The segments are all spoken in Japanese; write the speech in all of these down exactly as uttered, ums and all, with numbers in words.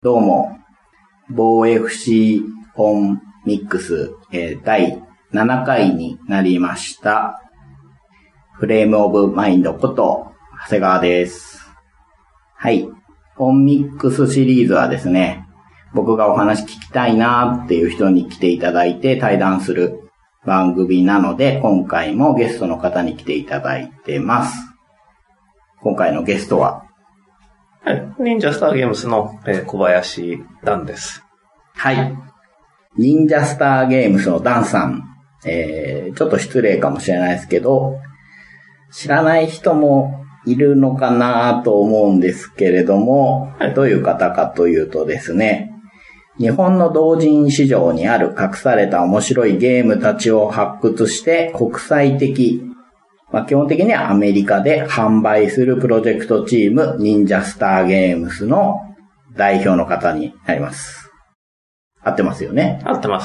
どうも、ボーエフシー オンミックス、えー、だいななかいになりました。フレームオブマインドこと長谷川です。はい。オンミックスシリーズはですね、僕がお話聞きたいなっていう人に来ていただいて対談する番組なので、今回もゲストの方に来ていただいてます。今回のゲストは、 はい。忍者スターゲームスの、えー、小林段です。 はい。忍者スターゲームスのダンさん。えー、ちょっと失礼かもしれないですけど、知らない人もいるのかなと思うんですけれども、はい、どういう方かというとですね、日本の同人市場にある隠された面白いゲームたちを発掘して国際的、まあ、基本的にはアメリカで販売するプロジェクトチーム忍者スターゲームスの代表の方になります。合ってますよね？ 合ってます。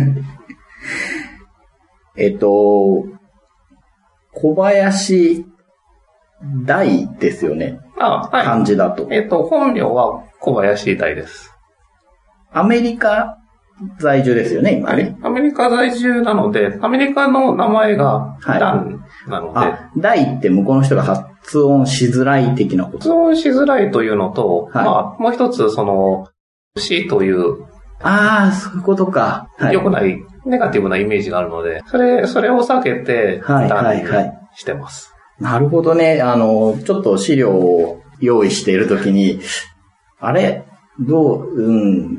えっと、小林大ですよね。 あ、はい。 漢字だと。 えっと、本名は小林大です。 アメリカ在住ですよね、今ね。 アメリカ在住なので、アメリカの名前がダンなので。はい、 あ、大って向こうの人が発音しづらい的なこと。 発音しづらいというのと、はい、まあ、もう一つ、その、C という、 ああ、そういうことか。 はい、良くない、ネガティブなイメージがあるので、それ、それを避けて、 はい、はい、はい。 してます。 なるほどね。あの、ちょっと資料を用意しているときに、あれどう、うん。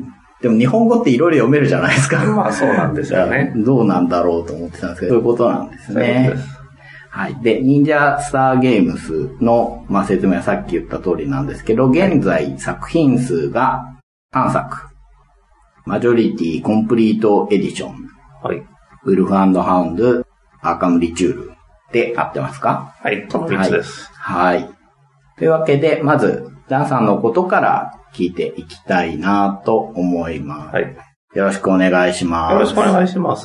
でも日本語っていろいろ読めるじゃないですか。 まあそうなんですよね。 どうなんだろうと思ってたんですけど、そういうことなんですね。 そうです。 はい。で、忍者スターゲームスの、まあ、説明はさっき言った通りなんですけど、現在作品数がさんさく。マジョリティコンプリートエディション。 はい。 ウルフ&ハウンド、アーカムリチュールで合ってますか？ はい、そのみっつです。 はい。はい。というわけで、まず、ダンさんのことから聞いていきたいなと思います。 はい。 よろしくお願いします。 よろしくお願いします。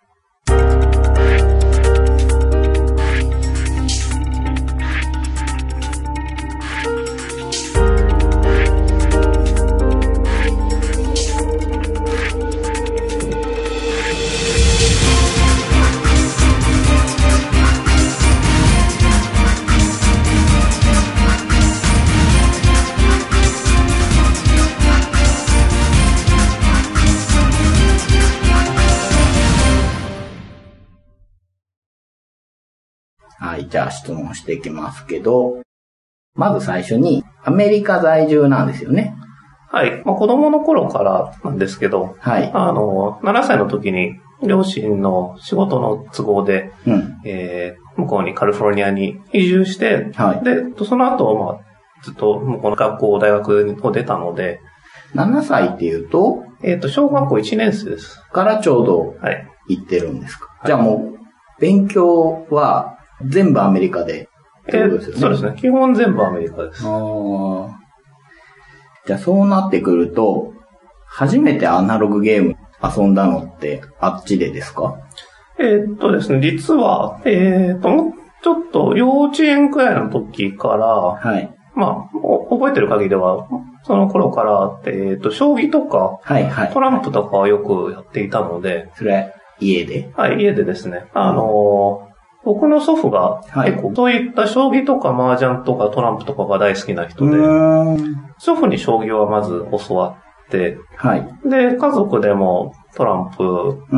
はい、じゃあ質問していきますけど、まず最初にアメリカ在住なんですよね。 はい。まあ、子供の頃からなんですけど、 はい。 あの、ななさいの時に両親の仕事の都合で、うん、えー、向こうにカリフォルニアに移住して、はい。で、その後、まあ、ずっと向こうの学校、大学を出たので、 ななさいっていうと、 えっと、小学校いちねん生です。 からちょうど行ってるんですか。はい、じゃあもう、勉強は全部アメリカでってことですよね。 えー、そうですね。基本全部アメリカです。 あー、じゃあそうなってくると、初めてアナログゲーム遊んだのってあっちでですか？ えー、っとですね、実は、えー、っと、ちょっと幼稚園くらいの時から、はい。まあ、覚えてる限りでは、その頃から、えー、っと、将棋とか、はいはい。トランプとかはよくやっていたので。 それ、家で？ はい、家でですね。あのー、僕の祖父が結構そういった将棋とか麻雀とかトランプとかが大好きな人で、祖父に将棋はまず教わって、はい、で、家族でもトランプ、うん、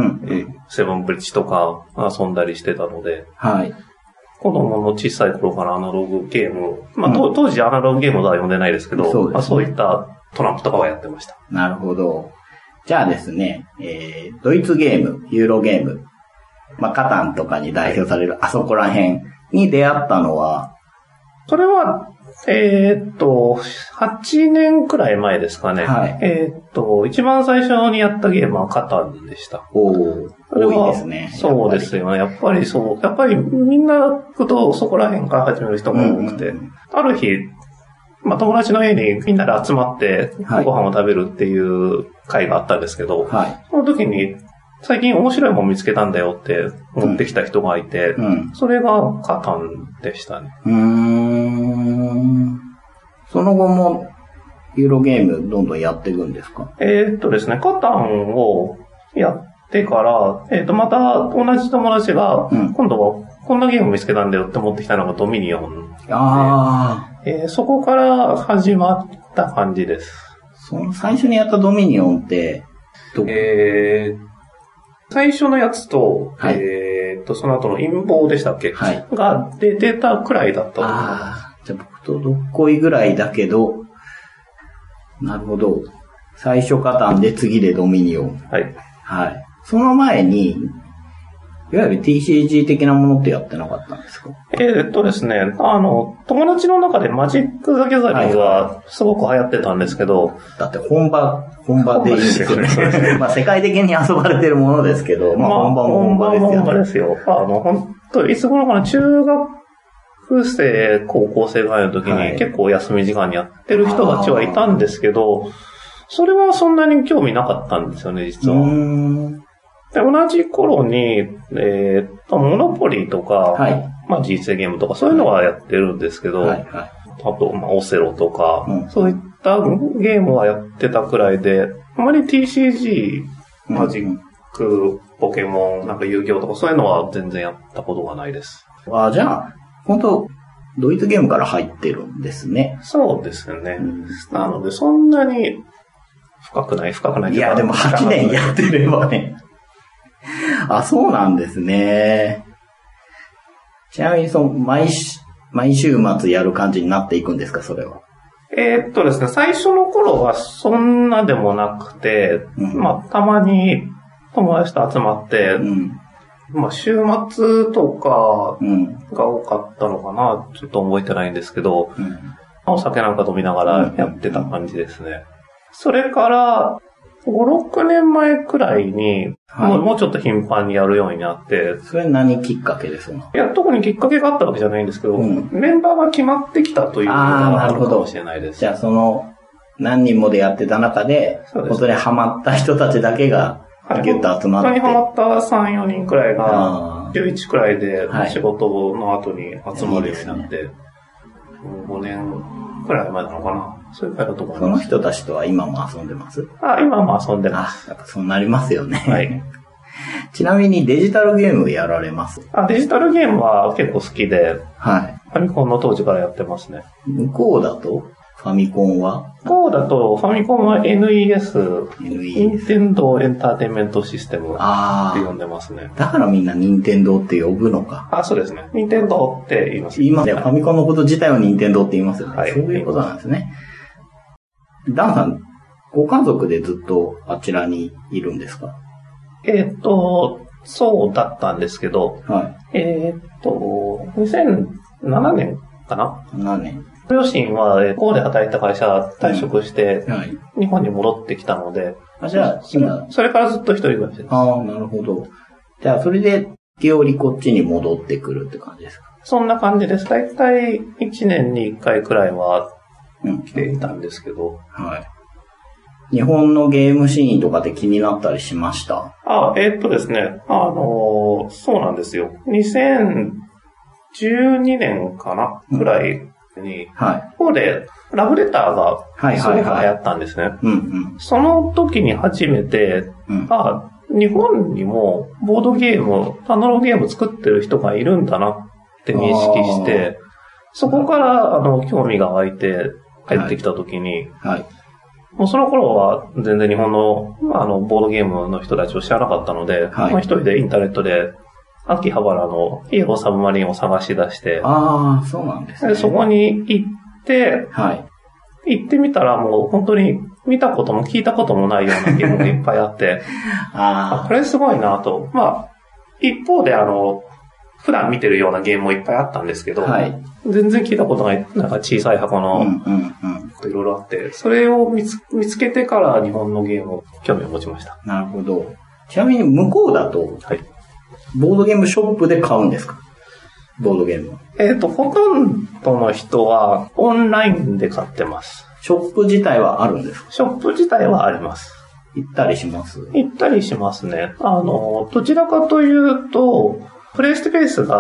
セブンブリッジとか遊んだりしてたので、はい、子供の小さい頃からアナログゲーム、まあ、うん、当時アナログゲームとは読んでないですけど、そうですね、まあ、そういったトランプとかはやってました。 なるほど。じゃあですね、えー、ドイツゲーム、ユーロゲーム、まあ、カタンとかに代表されるあそこら辺に出会ったのは、 それは、えー、っと、はちねんくらい前ですかね。はい。えー、っと、一番最初にやったゲームはカタンでした。 おー、多いですね。 そうですよね。やっぱりそう。やっぱりみんな行くとそこら辺から始める人が多くて。うんうん、ある日、まあ、友達の家にみんなで集まってご飯を食べるっていう会があったんですけど、はい、その時に、最近面白いもの見つけたんだよって持ってきた人がいて、うん、それがカタンでしたね。 うーん。その後もユーロゲームどんどんやっていくんですか？ えー、っとですね、カタンをやってから、えー、っと、また同じ友達が、うん、今度はこんなゲーム見つけたんだよって持ってきたのがドミニオンで。ああ、えー。そこから始まった感じです。 その最初にやったドミニオンって、どこ？ えー、最初のやつと、はい、えー、っと、その後の陰謀でしたっけ？はい。が出てたくらいだったと思います。ああ、 じゃあ僕とどっこいぐらいだけど、なるほど。最初カタンで次でドミニオン。はい。はい。その前に、いわゆる ティーシージー 的なものってやってなかったんですか？ えー、っとですね、あの、友達の中でマジック・ザ・ギャザリングはすごく流行ってたんですけど。はいはい、 だって本場、本場でいいんですよね。まあ世界的に遊ばれてるものですけど、まあ本場も本場ですよね。 本場ですよ。あの、本当いつ頃かな、中学生、高校生ぐらいの時に結構休み時間にやってる人たちはいたんですけど、それはそんなに興味なかったんですよね、実は。うーんで同じ頃に、えー、っと、モノポリーとか、はい、まあ人生ゲームとかそういうのはやってるんですけど、はいはい、あと、まあオセロとか、うん、そういったゲームはやってたくらいで、あまり ティーシージー、マジック、ポケモン、なんか遊戯王とかそういうのは全然やったことがないです。 あ、じゃあ、本当ドイツゲームから入ってるんですね。 そうですね。うん、なので、そんなに深くない、深くない。 いや、でもはちねんやってればね。あ、そうなんですね。ちなみに、その、毎週、毎週末やる感じになっていくんですか、それは。 えー、っとですね、最初の頃はそんなでもなくて、うん、まあ、たまに友達と集まって、うん、まあ、週末とかが多かったのかな、ちょっと覚えてないんですけど、うん、お酒なんか飲みながらやってた感じですね。それから、ご、ろくねんまえくらいに、はい、もう、もうちょっと頻繁にやるようになって。 それ何きっかけですか？ いや、特にきっかけがあったわけじゃないんですけど、うん、メンバーが決まってきたということがあるかもしれないです。 じゃあその、何人もでやってた中で、本当にハマった人たちだけが、ギュッと集まって。 はい、本当にハマったさん、よにんくらいが、じゅういちくらいで仕事の後に集まるようになって、はい、ごねんくらい前なのかな。そういう回だと思います。 その人たちとは今も遊んでます？ あ、今も遊んでます。 あ、やっぱそうなりますよね。はい。ちなみにデジタルゲームやられます？ あ、デジタルゲームは結構好きで、はい。ファミコンの当時からやってますね。 向こうだとファミコンは？ 向こうだとファミコンは エヌイーエス、任天堂エンターテインメントシステムって呼んでますね。 だからみんな任天堂って呼ぶのか。 あ、そうですね。任天堂って言います。 言いますね。ファミコンのこと自体を任天堂って言いますよね。はい。そういうことなんですね。ダンさん、ご家族でずっとあちらにいるんですか？ えっと、そうだったんですけど、はい、えっと、にせんななねんかな？ なな 年。 両親は、向こうで働いた会社退職して、うんはい、日本に戻ってきたので、 あ、じゃあ、今、 それからずっと一人暮らしです。 ああ、なるほど。じゃあ、それで、時折こっちに戻ってくるって感じですか？ そんな感じです。だいたいいちねんにいっかいくらいは、来ていたんですけど、うん、はい。 日本のゲームシーンとかって気になったりしました？ あ、えー、っとですね、あのー、そうなんですよ。にせんじゅうにねんかな、くらいに、うん、はい。ここでラブレターがすごく流行ったんですね。うんうん。その時に初めて、うん、あ、日本にもボードゲーム、アナログゲーム作ってる人がいるんだなって認識して、そこからあの興味が湧いて帰ってきた時に、はいはい、もうその頃は全然日本のあのボードゲームの人たちを知らなかったので、はい、まあ一人でインターネットで秋葉原のイエローサブマリンを探し出して、 ああ、そうなんですね。 でそこに行って、はい、行ってみたらもう本当に見たことも聞いたこともないようなゲームがいっぱいあって、ああこれすごいなと。まあ、一方であの、普段見てるようなゲームもいっぱいあったんですけど、はい、全然聞いたことない、なんか小さい箱の、いろいろあって、それを見つ、見つけてから日本のゲームを興味を持ちました。 なるほど。ちなみに向こうだと、はい、ボードゲームショップで買うんですか？ボードゲームは。 えっと、ほとんどの人はオンラインで買ってます。 ショップ自体はあるんですか？ ショップ自体はあります。 行ったりします？ 行ったりしますね。あの、どちらかというと、プレイスペースが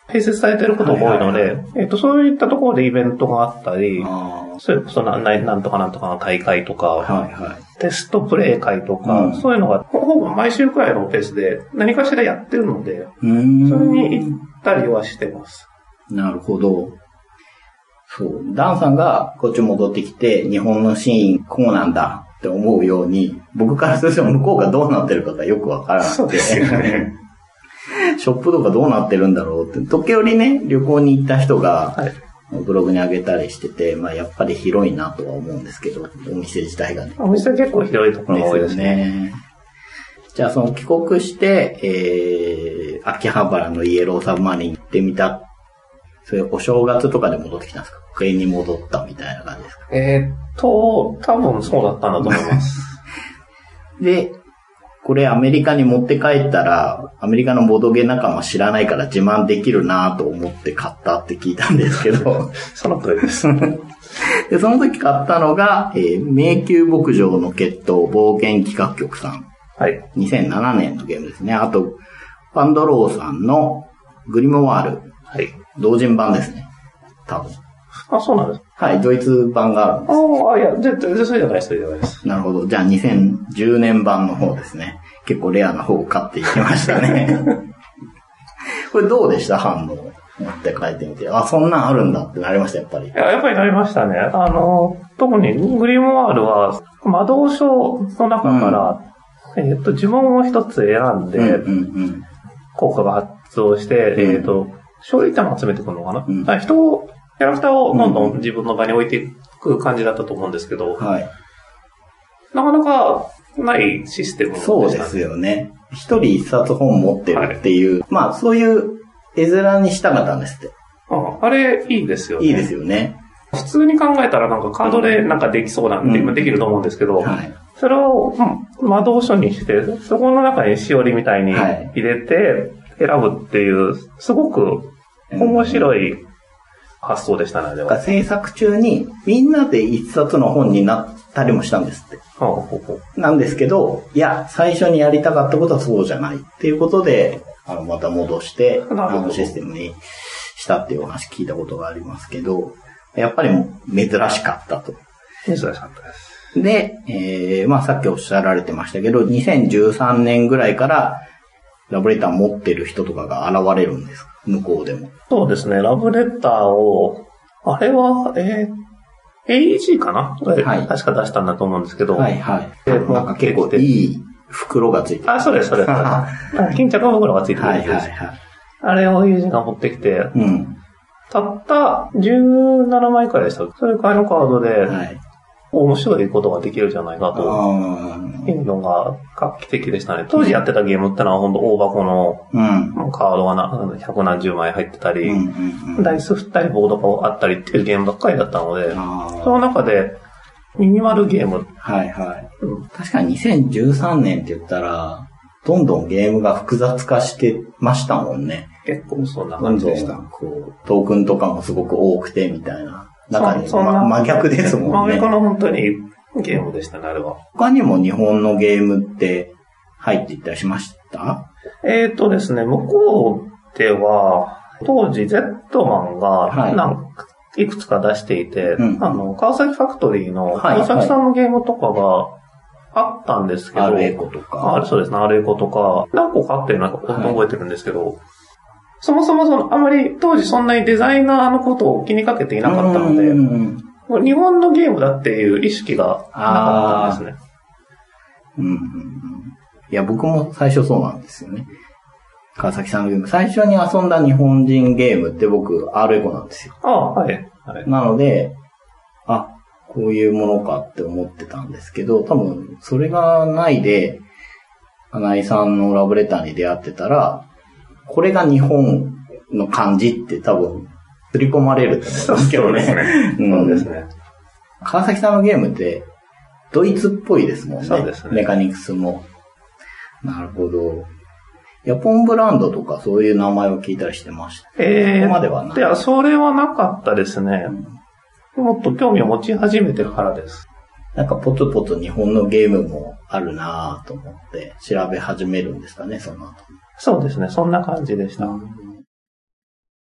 併設されていることも多いので、はいはいはい、えっと、そういったところでイベントがあったり、それこそな、なんとかなんとかの大会とか、はいはい、テストプレイ会とか、うん、そういうのが、ほぼ毎週くらいのペースで何かしらやってるので、それに行ったりはしてます。 なるほど。そう。ダンさんがこっち戻ってきて、日本のシーンこうなんだって思うように、僕からすると向こうがどうなってるかがよくわからなくて。そうですよね。ショップとかどうなってるんだろうって。時折ね、旅行に行った人が、ブログに上げたりしてて、まあやっぱり広いなとは思うんですけど、お店自体がね。 お店結構広いところが多いですね。ですよね。 じゃあその帰国して、えー、秋葉原のイエローサブマリン行ってみた。それお正月とかで戻ってきたんですか？家に戻ったみたいな感じですか？ えー、っと、多分そうだったんだと思います。 で、これアメリカに持って帰ったら、アメリカのボドゲ仲間知らないから自慢できるなと思って買ったって聞いたんですけど。 その通りです。 で、その時買ったのが、えー、迷宮牧場の決闘冒険企画局さん。 はい。 にせんななねんのゲームですね。あと、パンドローさんのグリモワール。 はい。 同人版ですね。多分。 あ、そうなんですか。はい、ドイツ版があるんです。 ああ、いや、全然それじゃないです、それじゃないです。 なるほど。じゃあにせんじゅうねん版の方ですね。結構レアな方を買っていきましたね。これどうでした？反応。持って帰ってみて。あ、そんなんあるんだってなりました、やっぱり。いや、やっぱりなりましたね。あの、特にグリモワールは魔導書の中から、うん、えっと、呪文を一つ選んで、うんうんうん、効果が発動して、うん、えっと、勝利点を集めてくるのかな、うん、人を、キャラクターをどんどん自分の場に置いていく感じだったと思うんですけど、はい、なかなかないシステムでしたね。 そうですよね。一人一冊本持ってるっていう、はい、まあそういう絵面にしたかったんですって。 あ, あれいいですよね。 いいですよね。 普通に考えたらなんかカードでなんかできそうなんで、うん、できると思うんですけど、はい、それを、うん、魔導書にして、そこの中にしおりみたいに入れて選ぶっていう、すごく面白い発想でしたね、では。 制作中にみんなで一冊の本になったりもしたんですって。はあ、ほうほうなんですけど、いや、最初にやりたかったことはそうじゃないっていうことで、あの、また戻して、あのシステムにしたっていうお話聞いたことがありますけど、やっぱり珍しかったと。 珍しかったです。 で、えー、まあさっきおっしゃられてましたけど、にせんじゅうさんねんぐらいからラブレター持ってる人とかが現れるんです。向こうでも。 そうですね、ラブレターを、あれは、えー、エーイージー かな、はい、確か出したんだと思うんですけど。 はいはい。えー、なんか結構いい袋がついてる。 あ、そうです、そうです。巾着袋がついてるんです。はいはいはい。あれを友人が持ってきて、うん、たったじゅうななまいくらいでした。それ買いのカードで、はい、面白いことができるじゃないかというのが画期的でしたね。当時やってたゲームってのは本当大箱のカードが百何十枚入ってたり、うんうんうん、ダイス振ったりボードがあったりっていうゲームばっかりだったので、その中でミニマルゲーム。 はいはい。うん、確かににせんじゅうさんねんって言ったら、どんどんゲームが複雑化してましたもんね。 結構そんな感じでした。 どんどんこうトークンとかもすごく多くてみたいな。中に、ま、真逆ですもんね。 真逆の本当にゲームでしたね、あれは。 他にも日本のゲームって入っていったりしました？ えっとですね、向こうでは、当時 Z マンがなんかいくつか出していて、はい、あの、川崎ファクトリーの川崎さんのゲームとかがあったんですけど、 アールエコとか。 そうですね、アールエコとか、何個かあってるのか覚えてるんですけど、はい、そもそもその、あまり当時そんなにデザイナーのことを気にかけていなかったので、日本のゲームだっていう意識がなかったんですね。 うんうんうん、いや、僕も最初そうなんですよね。川崎さんのゲーム。最初に遊んだ日本人ゲームって僕、アールエコなんですよ。 ああ、はい。はい、 なので、あ、こういうものかって思ってたんですけど、多分、それがないで、金井さんのラブレターに出会ってたら、これが日本の感じって多分、刷り込まれると思うんですけどね。そうですね。うん、そうですね。川崎さんのゲームって、ドイツっぽいですもんね。 そうですね。 メカニクスも。なるほど。ヤポンブランドとかそういう名前を聞いたりしてました。 ええー。 ここまではない。 いや、それはなかったですね。うん、もっと興味を持ち始めてからです。 なんかポツポツ日本のゲームもあるなぁと思って調べ始めるんですかね、その後。 そうですね、そんな感じでした。うん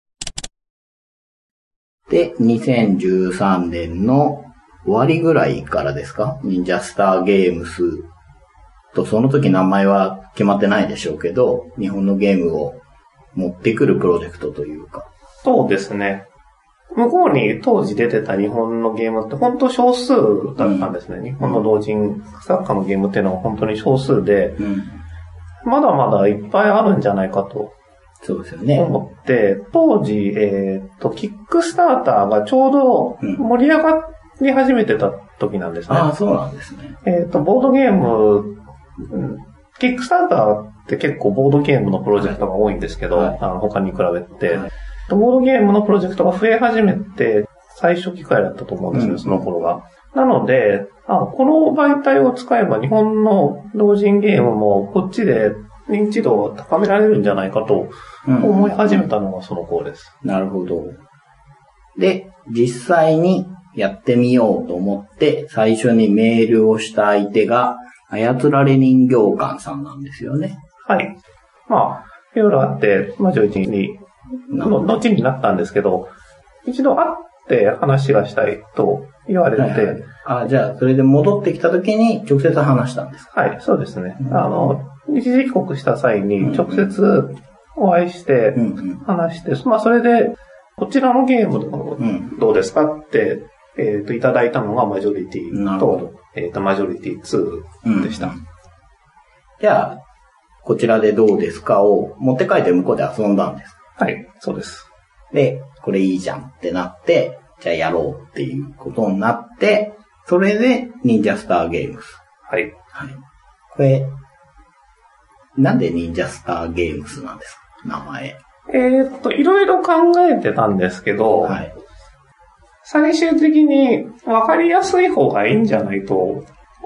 で、にせんじゅうさんねんの終わりぐらいからですか？忍者スターゲームスと、その時名前は決まってないでしょうけど、日本のゲームを持ってくるプロジェクトというか。 そうですね。向こうに当時出てた日本のゲームって本当少数だったんですね。うん、日本の同人作家のゲームっていうのは本当に少数で、うん、まだまだいっぱいあるんじゃないかと。 そうですよね。 思って、当時、えっと、キックスターターがちょうど盛り上がり始めてた時なんですね。 うん、ああ、そうなんですね。 えっと、ボードゲーム、キックスターターって結構ボードゲームのプロジェクトが多いんですけど、はい、あの他に比べて、はい、ボードゲームのプロジェクトが増え始めて、最初機会だったと思うんですよ、うん、その頃が。なのであ、この媒体を使えば日本の同人ゲームもこっちで認知度を高められるんじゃないかと思い始めたのがその頃です。 うん、なるほど。で、実際にやってみようと思って、最初にメールをした相手が、操られ人形館さんなんですよね。 はい。まあ、いろいろあって、マジョリティに、の、後になったんですけど、一度会って話がしたいと言われて、はいはい、 あ、じゃあ、それで戻ってきた時に直接話したんですか？ はい、そうですね。うん、あの、一時帰国した際に直接お会いして話して、うんうん、まあそれでこちらのゲームどうですかって、えっといただいたのがマジョリティと、えっとマジョリティツーでした。うんうん、 じゃあこちらでどうですかを持って帰って向こうで遊んだんです。 はい、そうです。 で、これいいじゃんってなって、じゃあやろうっていうことになって、それで忍者スターゲームス。 はい。 はい。これなんで忍者スターゲームスなんですか？名前。 えー、っと、いろいろ考えてたんですけど、はい、最終的に分かりやすい方がいいんじゃないと思って。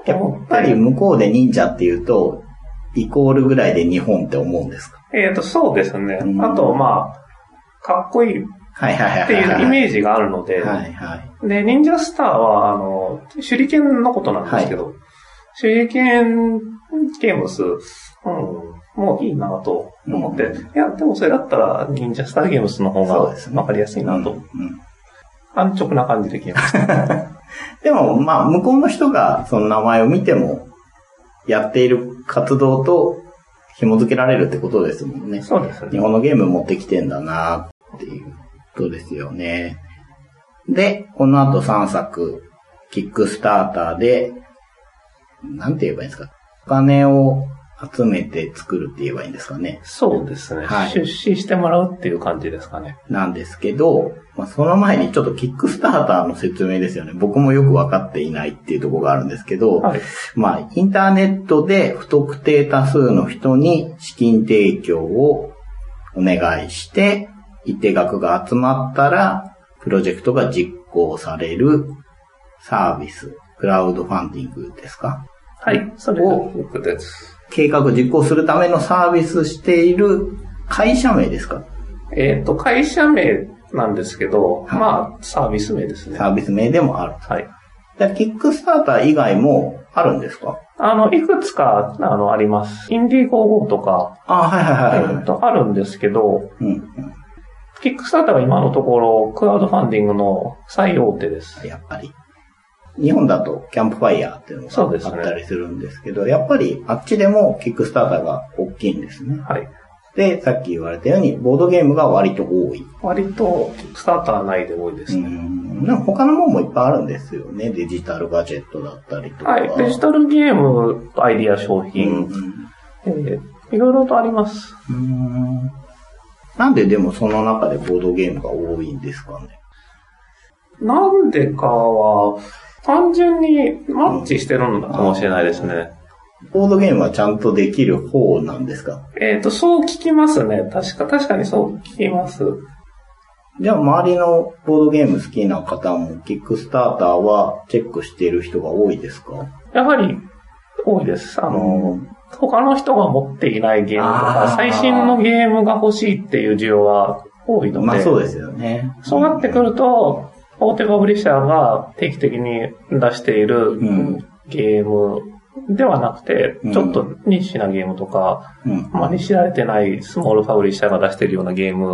やっぱり向こうで忍者っていうと、イコールぐらいで日本って思うんですか？ えー、っと、そうですね。うん、あと、まあ、かっこいいっていうイメージがあるので、はいはい、で、忍者スターは、あの、手裏剣のことなんですけど、はい、手裏剣ゲームス、うん、もういいなと思って、うん、いや、でもそれだったら忍者スターゲームスの方がわかりやすいなと、うんうん、安直な感じで決めました。 でも、まあ、向こうの人がその名前を見ても、やっている活動と紐付けられるってことですもんね。 そうですね。 日本のゲーム持ってきてんだなっていうことですよね。で、この後さんさく、キックスターターで、なんて言えばいいんですか？お金を集めて作るって言えばいいんですかね。 そうですね。はい、出資してもらうっていう感じですかね。 なんですけど、まあ、その前にちょっとキックスターターの説明ですよね。僕もよくわかっていないっていうところがあるんですけど、はい、まあ、インターネットで不特定多数の人に資金提供をお願いして、一定額が集まったら、プロジェクトが実行されるサービス、クラウドファンディングですか？ はい、それをです。 計画を実行するためのサービスしている会社名ですか？ えっと、会社名なんですけど、はい、まあ、サービス名ですね。 サービス名でもある。 はい。 じゃあ、キックスターター以外もあるんですか？ あの、いくつか、あの、あります。インディーゴーゴーとか、 あ、はいはいはい、はい。 えっと、あるんですけど、 うんうん、 キックスターターは今のところ、クラウドファンディングの最大手です。 やっぱり。日本だとキャンプファイヤーっていうのがあったりするんですけど、ね、やっぱりあっちでもキックスターターが大きいんですね。 はい。 で、さっき言われたように、ボードゲームが割と多い。 割とキックスターター内で多いですね。 うん。なんか他のものもいっぱいあるんですよね。デジタルガジェットだったりとか。 はい。デジタルゲーム、アイディア商品、うんえー、いろいろとあります。 うん。なんででもその中でボードゲームが多いんですかね。 なんでかは、単純にマッチしてるのかもしれないですね。 ボードゲームはちゃんとできる方なんですか？ えっと、そう聞きますね。確か、確かにそう聞きます。 じゃあ、周りのボードゲーム好きな方も、キックスターターはチェックしている人が多いですか？ やはり、多いです。あの、うん、他の人が持っていないゲームとか、最新のゲームが欲しいっていう需要は多いので。 まあそうですよね。 そうなってくると、大手パブリッシャーが定期的に出しているゲームではなくて、うん、ちょっとニッチなゲームとか、うん、まあに知られてないスモールパブリッシャーが出しているようなゲーム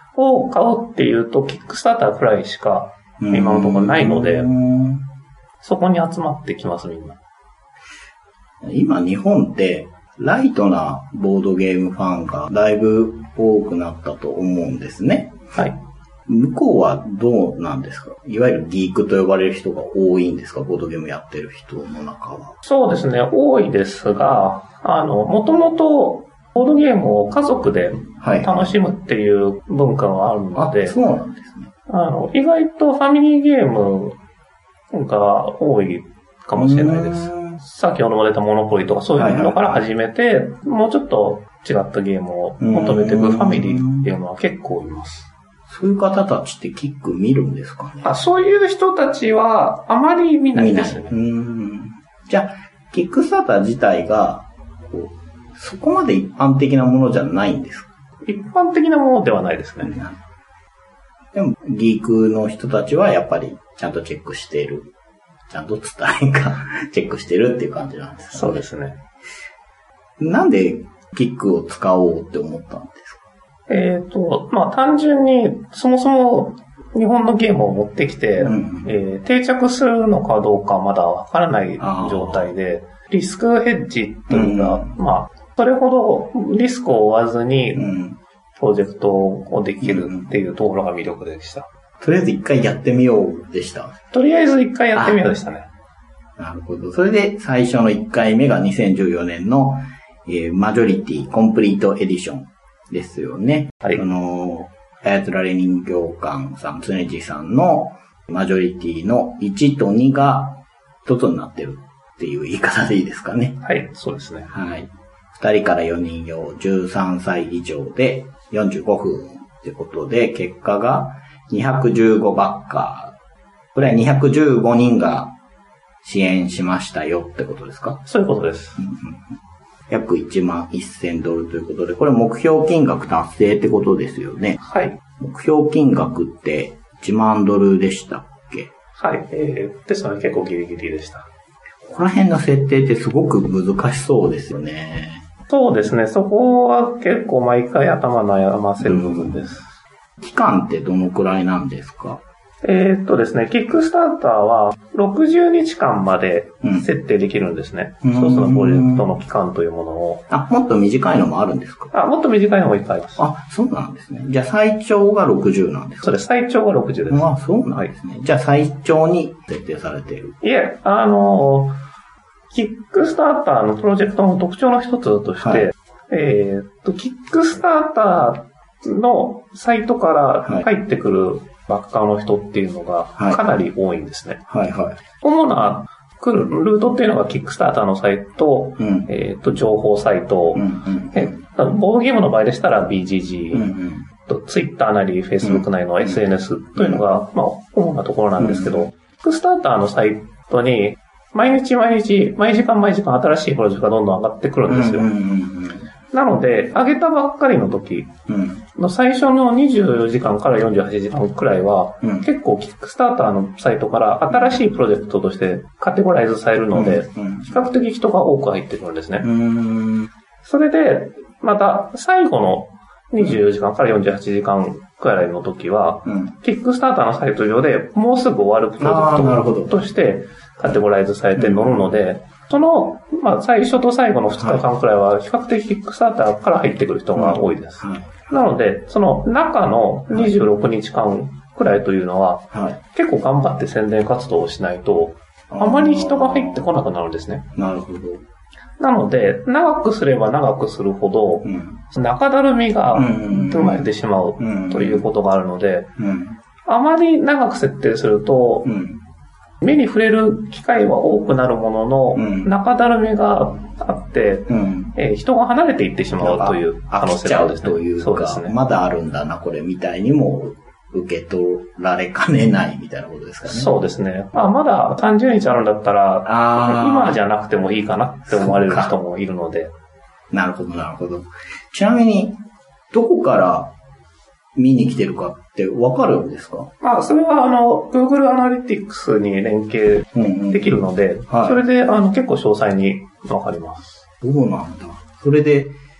を買うっていうと、キックスターターくらいしか今のところないので、そこに集まってきます、みんな。 今日本ってライトなボードゲームファンがだいぶ多くなったと思うんですね。 はい。 向こうはどうなんですか？いわゆるギークと呼ばれる人が多いんですか？ボードゲームやってる人の中は。 そうですね、多いですが、あの、もともとボードゲームを家族で楽しむっていう文化があるので、 はい、あ、そうなんですね。 あの、意外とファミリーゲームが多いかもしれないです。先ほども出たモノポリとかそういうのから始めて、はいはいはい、もうちょっと違ったゲームを求めていくファミリーっていうのは結構います。 そういう方たちってキック見るんですかね？ あ、そういう人たちはあまり見ないですね。 うーん。じゃあ、キックスターター自体がこうそこまで一般的なものじゃないんですか？ 一般的なものではないですね。 でも、ギークの人たちはやっぱりちゃんとチェックしている。ちゃんと伝えか、チェックしてるっていう感じなんですかね。 そうですね。 なんでキックを使おうって思ったんですか？ えっと、まあ単純に、そもそも日本のゲームを持ってきて、うんえー、定着するのかどうかまだわからない状態で、リスクヘッジというか、うん、まあ、それほどリスクを負わずに、プロジェクトをできるっていうところが魅力でした。 とりあえず一回やってみようでした。 とりあえず一回やってみようでしたね。 なるほど。それで最初の一回目がにせんじゅうよねんの、えー、マジョリティコンプリートエディションですよね。はい。あの、操られ人形館さん、常地さんのマジョリティのいちとにが一つになってるっていう言い方でいいですかね。 はい、そうですね。 はい。ふたりからよにん用じゅうさんさい以上でよんじゅうごふんってことで、結果がにひゃくじゅうごバッカー。これはにひゃくじゅうごにんが支援しましたよってことですか？ そういうことです。 約いちまんせんドルということで、これ目標金額達成ってことですよね。 はい。 目標金額っていちまんドルでしたっけ？ はい。えー、ですので結構ギリギリでした。 ここら辺の設定ってすごく難しそうですよね。 そうですね。そこは結構毎回頭悩ませる部分です。 うん、期間ってどのくらいなんですか？ えーっとですね、キックスターターはろくじゅうにちかんまで設定できるんですね。一、うん、つのプロジェクトの期間というものを。 あ、もっと短いのもあるんですか？ あ、もっと短いのもいっぱいあります。 あ、そうなんですね。じゃあ最長がろくじゅうなんですか？ そうです。最長がろくじゅうです。 あ、そうなんですね。じゃあ最長に設定されている。 いえ、あの、キックスターターのプロジェクトの特徴の一つとして、はい、えーっと、キックスターターのサイトから入ってくる、はいバッカーの人っていうのがかなり多いんですね。 はいはいはい、 主な来るルートっていうのがキックスターターのサイト、うん、えっと情報サイト、うんうんえ、ボードゲームの場合でしたら ビージージー、うんうん、と Twitter なり Facebook なりの エスエヌエス というのが、うんまあ、主なところなんですけど、うん、キックスターターのサイトに毎日毎日、毎時間毎時間新しいプロジェクトがどんどん上がってくるんですよ。うんうんうんうんなので、上げたばっかりの時の最初のにじゅうよじかんからよんじゅうはちじかんくらいは、うん、結構キックスターターのサイトから新しいプロジェクトとしてカテゴライズされるので、うん、比較的人が多く入ってくるんですね。うんそれで、また最後のにじゅうよじかんからよんじゅうはちじかんくらいの時は、うん、キックスターターのサイト上でもうすぐ終わるプロジェクトとしてカテゴライズされて乗るので、その、まあ、最初と最後のふつかかんくらいは、比較的キックスターターから入ってくる人が多いです。はいはい、なので、その中のにじゅうろくにちかんくらいというのは、はい、結構頑張って宣伝活動をしないと、あまり人が入ってこなくなるんですね。 なるほど。 なので、長くすれば長くするほど、うん、中だるみが生まれてしまうということがあるので、うんうん、あまり長く設定すると、うん目に触れる機会は多くなるものの、うん、中だるみがあって、うんえー、人が離れていってしまうという可能性があるんですね。 というか、そうですね、まだあるんだな、これみたいにも受け取られかねないみたいなことですかね。 そうですね。まあ、まださんじゅうにちあるんだったら、今じゃなくてもいいかなって思われる人もいるので。 なるほど、なるほど。ちなみに、どこから見に来てるかってわかるんですか？ まあ、それはあの、Google Analytics に連携できるので、うんうんはい、それであの結構詳細にわかります。 そうなんだ。それで、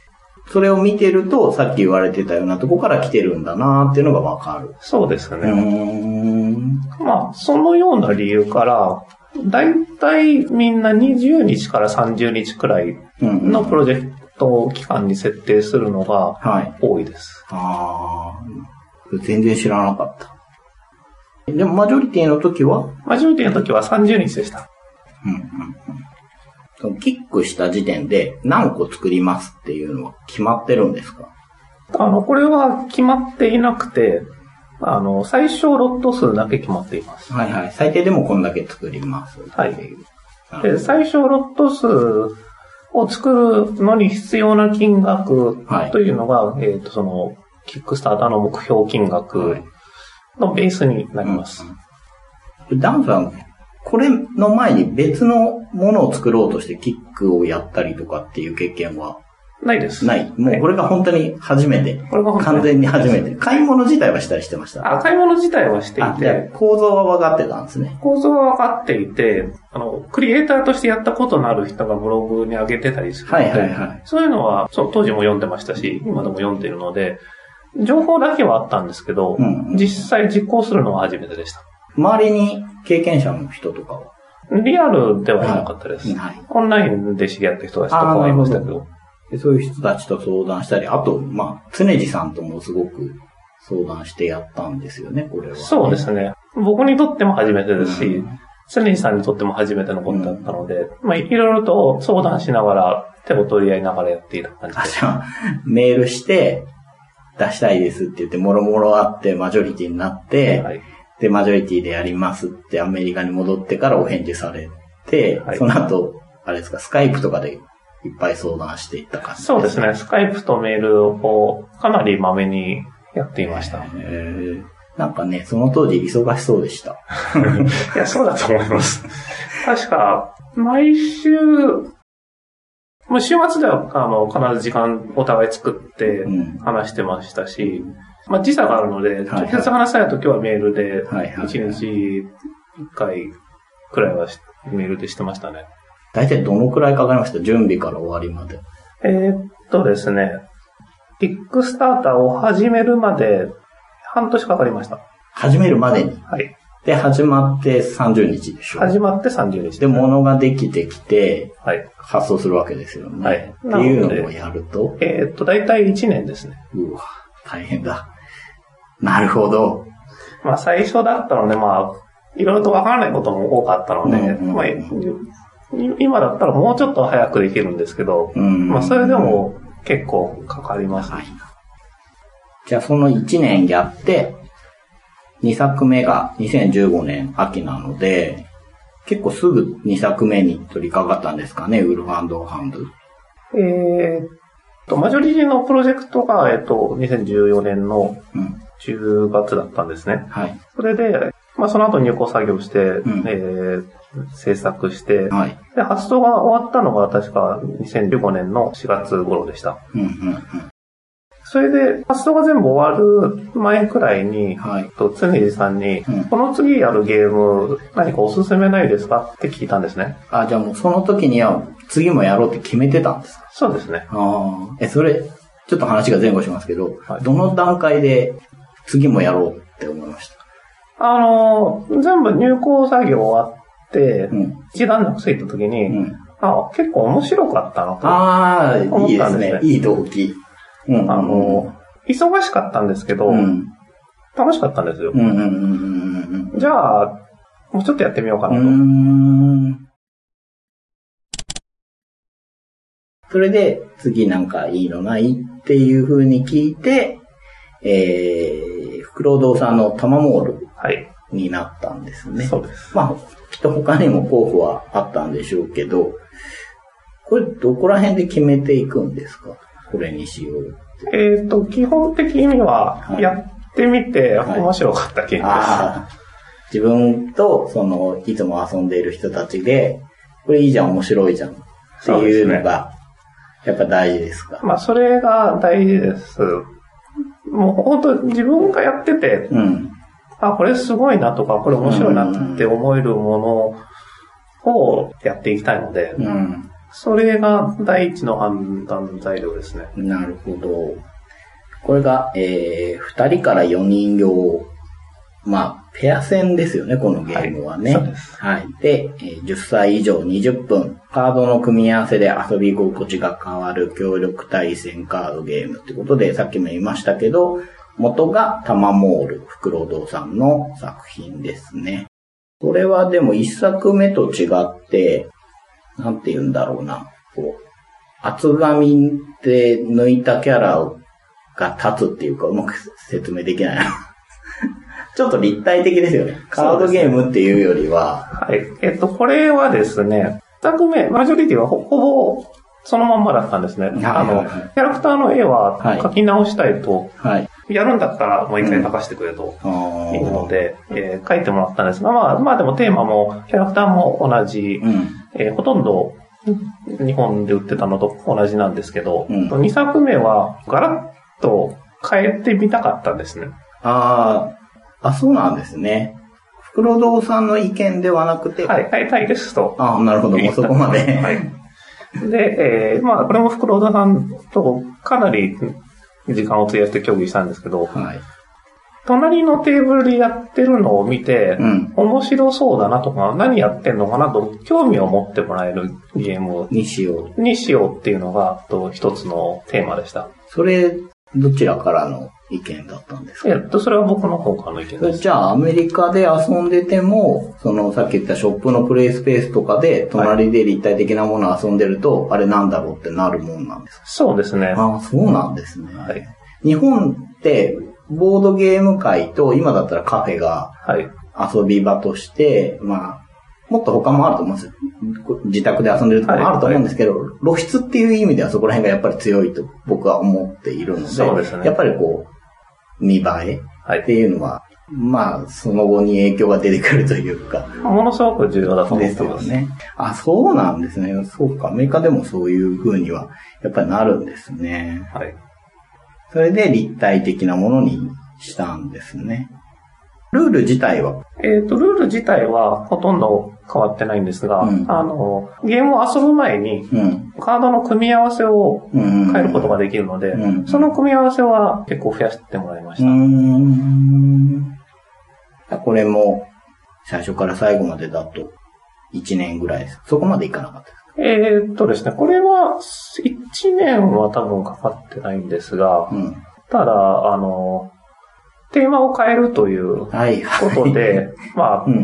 それを見てると、さっき言われてたようなとこから来てるんだなっていうのがわかる。 そうですね。 うーんまあ、そのような理由から、だいたいみんなにじゅうにちからさんじゅうにちくらいのプロジェクト期間に設定するのが多いです。 はい、ああ、全然知らなかった。でもマジョリティの時はマジョリティの時はさんじゅうにちでした。 うんうんうん、キックした時点で何個作りますっていうのは決まってるんですか？ あの、これは決まっていなくて、あの、最小ロット数だけ決まっています。 はいはい。最低でもこんだけ作ります。 はい。で、最小ロット数を作るのに必要な金額というのが、はい、えっと、その、キックスターターの目標金額のベースになります。 うんうん、ダンさん、これの前に別のものを作ろうとしてキックをやったりとかっていう経験はないです。 ない。もうこれが本当に初めて。これが完全に初めて。買い物自体はしたりしてました。 あ、買い物自体はしていて。 構造は分かってたんですね。 構造は分かっていて、あの、クリエイターとしてやったことのある人がブログに上げてたりするので、はいはいはい。そういうのは、そう、当時も読んでましたし、今でも読んでいるので、情報だけはあったんですけど、うんうん、実際実行するのは初めてでした。 周りに経験者の人とかはリアルではいなかったです。はいはい、オンラインで知り合った人たちとかはいましたけど。 でそういう人たちと相談したり、あと、まあ、常地さんともすごく相談してやったんですよね、これは、ね。 そうですね。僕にとっても初めてですし、うん、常地さんにとっても初めてのことだったので、うん、まあ、いろいろと相談しながら、手を取り合いながらやっていた感じです。 じゃあ、メールして、出したいですって言って、もろもろあって、マジョリティになって、はい、で、マジョリティでやりますってアメリカに戻ってからお返事されて、はい、その後、あれですか、スカイプとかで、いっぱい相談していった感じですか？ そうですね。スカイプとメールをかなりまめにやっていました。 へなんかね、その当時忙しそうでした。 いや、そうだと思います。確か、毎週、もう週末ではあの必ず時間お互い作って話してましたし、うん、まあ時差があるので、直接話したいときはメールで、いちにちいっかいくらいはメールでしてましたね。 大体どのくらいかかりました？準備から終わりまで。 えー、っとですね、キックスターターを始めるまで半年かかりました。 始めるまでに？ はい。 で、始まってさんじゅうにちでしょ？ 始まってさんじゅうにち。 で、物ができてきて、はい。発送するわけですよね。はい。っていうのをやると？ えー、っと、大体いちねんですね。 うわ、大変だ。なるほど。 まあ、最初だったので、まあ、いろいろとわからないことも多かったので、うんうんうん、まあ、今だったらもうちょっと早くできるんですけど、うん、まあそれでも結構かかりますね。はい、 じゃあそのいちねんやって、にさくめがにせんじゅうごねん秋なので、結構すぐにさくめに取り掛かったんですかね、ウルフ&ハンド。 えーっと、マジョリティのプロジェクトが、えっと、にせんじゅうよねんのじゅうがつだったんですね。うん、はい。それで、まあその後入稿作業して、うん、えー制作して、はい、で、発送が終わったのが確かにせんじゅうごねんのしがつ頃でした。うんうんうん、それで、発送が全部終わる前くらいに、はい、と常地さんに、うん、この次やるゲーム何かおすすめないですかって聞いたんですね。 あ、じゃあもうその時には次もやろうって決めてたんですか？ そうですね。 あえ、それ、ちょっと話が前後しますけど、はい、どの段階で次もやろうって思いました？ あの、全部入稿作業終わって、で、うん、一段落ついた時に、うん、あ、結構面白かったなと思ったんですね。ああ、いいですね。 いい動機。 うん、あの、忙しかったんですけど、うん、楽しかったんですよ。うんうんうんうん、じゃあ、もうちょっとやってみようかなと。うーんそれで、次なんかいいのないっていう風に聞いて、えー、フクロウ堂さんのタマモールになったんですね。はい、 そうです。 まあきっと他にも候補はあったんでしょうけど、これどこら辺で決めていくんですか？これにしようって。えっと、基本的にはやってみて面白かったゲームです。 はい、自分とそのいつも遊んでいる人たちで、これいいじゃん、面白いじゃんっていうのがやっぱ大事ですか？ まあそれが大事です。もう本当自分がやってて、うんあ、これすごいなとか、これ面白いなって思えるものをやっていきたいので、うん、 それが第一の判断材料ですね。 なるほど。これが、えー、ふたりからよにん用。まあ、ペア戦ですよね、このゲームはね。 はい、そうです。 はい。で、えー、じゅっさい以上にじゅっぷん。カードの組み合わせで遊び心地が変わる協力対戦カードゲームってことで、さっきも言いましたけど、元がタマモール、フクロドーさんの作品ですね。これはでも一作目と違って、なんて言うんだろうな。こう、厚紙で抜いたキャラが立つっていうか、うまく説明できないな。ちょっと立体的ですよね。カードゲームっていうよりは。 はい。えっと、これはですね、一作目、マジョリティはほぼそのまんまだったんですね。はいはいはい、あの、キャラクターの絵は描き直したいと、はい、やるんだったらもう一回描かせてくれというので、うんえー、描いてもらったんですが、まあ、まあでもテーマもキャラクターも同じ、うんえー、ほとんど日本で売ってたのと同じなんですけど、うん、にさくめはガラッと変えてみたかったんですね。 ああ、あ、そうなんですね。フクロドーさんの意見ではなくて。 はい、変えたいですと。 ああ、なるほど、もうそこまで。 はい。で、えー、まあ、これもフクロドーさんとかなり時間を費やして協議したんですけど、はい、隣のテーブルでやってるのを見て、うん、面白そうだなとか、何やってんのかなと興味を持ってもらえるゲームにしよう。にしようっていうのが、と一つのテーマでした。 それ、どちらからの意見だったんですか？ えっと、それは僕の方からの意見です。 じゃあ、アメリカで遊んでても、その、さっき言ったショップのプレイスペースとかで、隣で立体的なものを遊んでると、はい、あれなんだろうってなるもんなんですか？ そうですね。 ああ、そうなんですね。はい。日本って、ボードゲーム界と、今だったらカフェが、遊び場として、はい、まあ、もっと他もあると思うんですよ。自宅で遊んでるところもあると思うんですけど、はいはい、露出っていう意味ではそこら辺がやっぱり強いと僕は思っているので、そうですね、やっぱりこう、見栄えっていうのは、はい、まあ、その後に影響が出てくるというか。 ものすごく重要だと思ってます。 ですよね。あ、そうなんですね。そうか。アメリカでもそういう風には、やっぱりなるんですね。はい。それで立体的なものにしたんですね。ルール自体はえっと、ルール自体はほとんど変わってないんですが、うん、あの、ゲームを遊ぶ前に、うん、カードの組み合わせを変えることができるので、うんうん、その組み合わせは結構増やしてもらいました。うーん、 これも最初から最後までだといちねんぐらいです。そこまでいかなかったですか？ えー、っとですね、これはいちねんは多分かかってないんですが、うん、ただ、あの、テーマを変えるということで、はいはい、まあ、うんうんうん、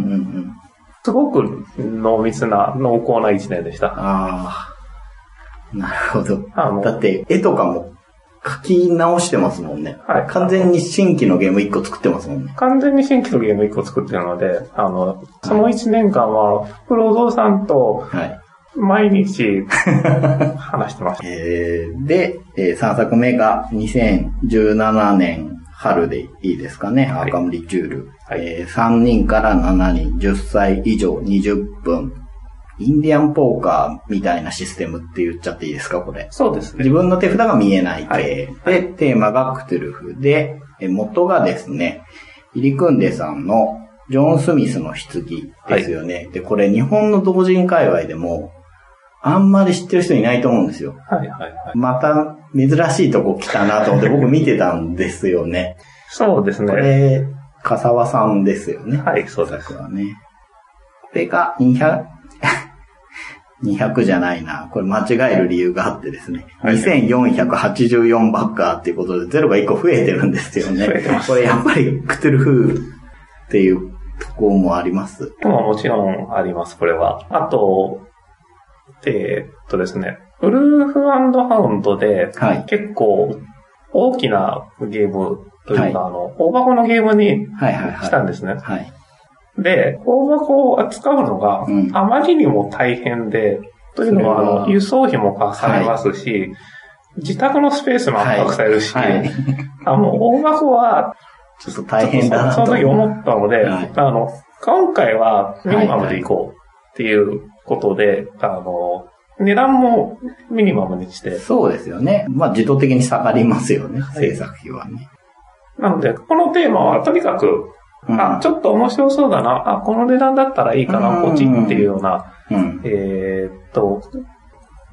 すごく濃密な、濃厚な一年でした。 ああ、なるほど。あのだって、絵とかも書き直してますもんね。はい。完全に新規のゲームいっこ作ってますもんね。 完全に新規のゲームいっこ作ってるので、あの、そのいちねんかんは、フロドーさんと、毎日話してました。 えー、で、えー、さんさくめがにせんじゅうななねん春でいいですかね。はい、アーカムリチュール、はいえー。さんにんからしちにん、じゅっさい以上にじゅっぷん。インディアンポーカーみたいなシステムって言っちゃっていいですか、これ。 そうですね。 自分の手札が見えない系。はい、で、テーマがクトゥルフで、元がですね、イリクンデさんのジョン・スミスの棺ですよね。はい、で、これ日本の同人界隈でも、あんまり知ってる人いないと思うんですよ。はいはいはい。また珍しいとこ来たなと思って僕見てたんですよね。 そうですね。 これ、笠間さんですよね。 はい、そうです。 はね。これがにひゃく、にひゃくじゃないな。これ間違える理由があってですね。はい、にせんよんひゃくはちじゅうよんバッカーっていうことでゼロがいっこ増えてるんですよね。増えてます。これやっぱりクトゥルフっていうとこもあります。 ももちろんあります、これは。あと、えー、っとですね、ウルーフ&ハウンドで、結構大きなゲームというか、はい、あの、大箱のゲームにしたんですね。はいはいはい、で、大箱を扱うのがあまりにも大変で、うん、というのは、あの、輸送費もかされますし、はい、自宅のスペースも圧迫されるし、はいはい、あの、大箱は、 ちょっと大変だなと。 その時思ったので、はい、あの、今回はミニマムでいこうっていうことで、はいはい、あの、値段もミニマムにして。 そうですよね。まあ自動的に下がりますよね、はい、制作費はね。 なので、このテーマはとにかく、うん、あ、ちょっと面白そうだな、あ、この値段だったらいいかな、ポチっていうような、うん、えー、っと、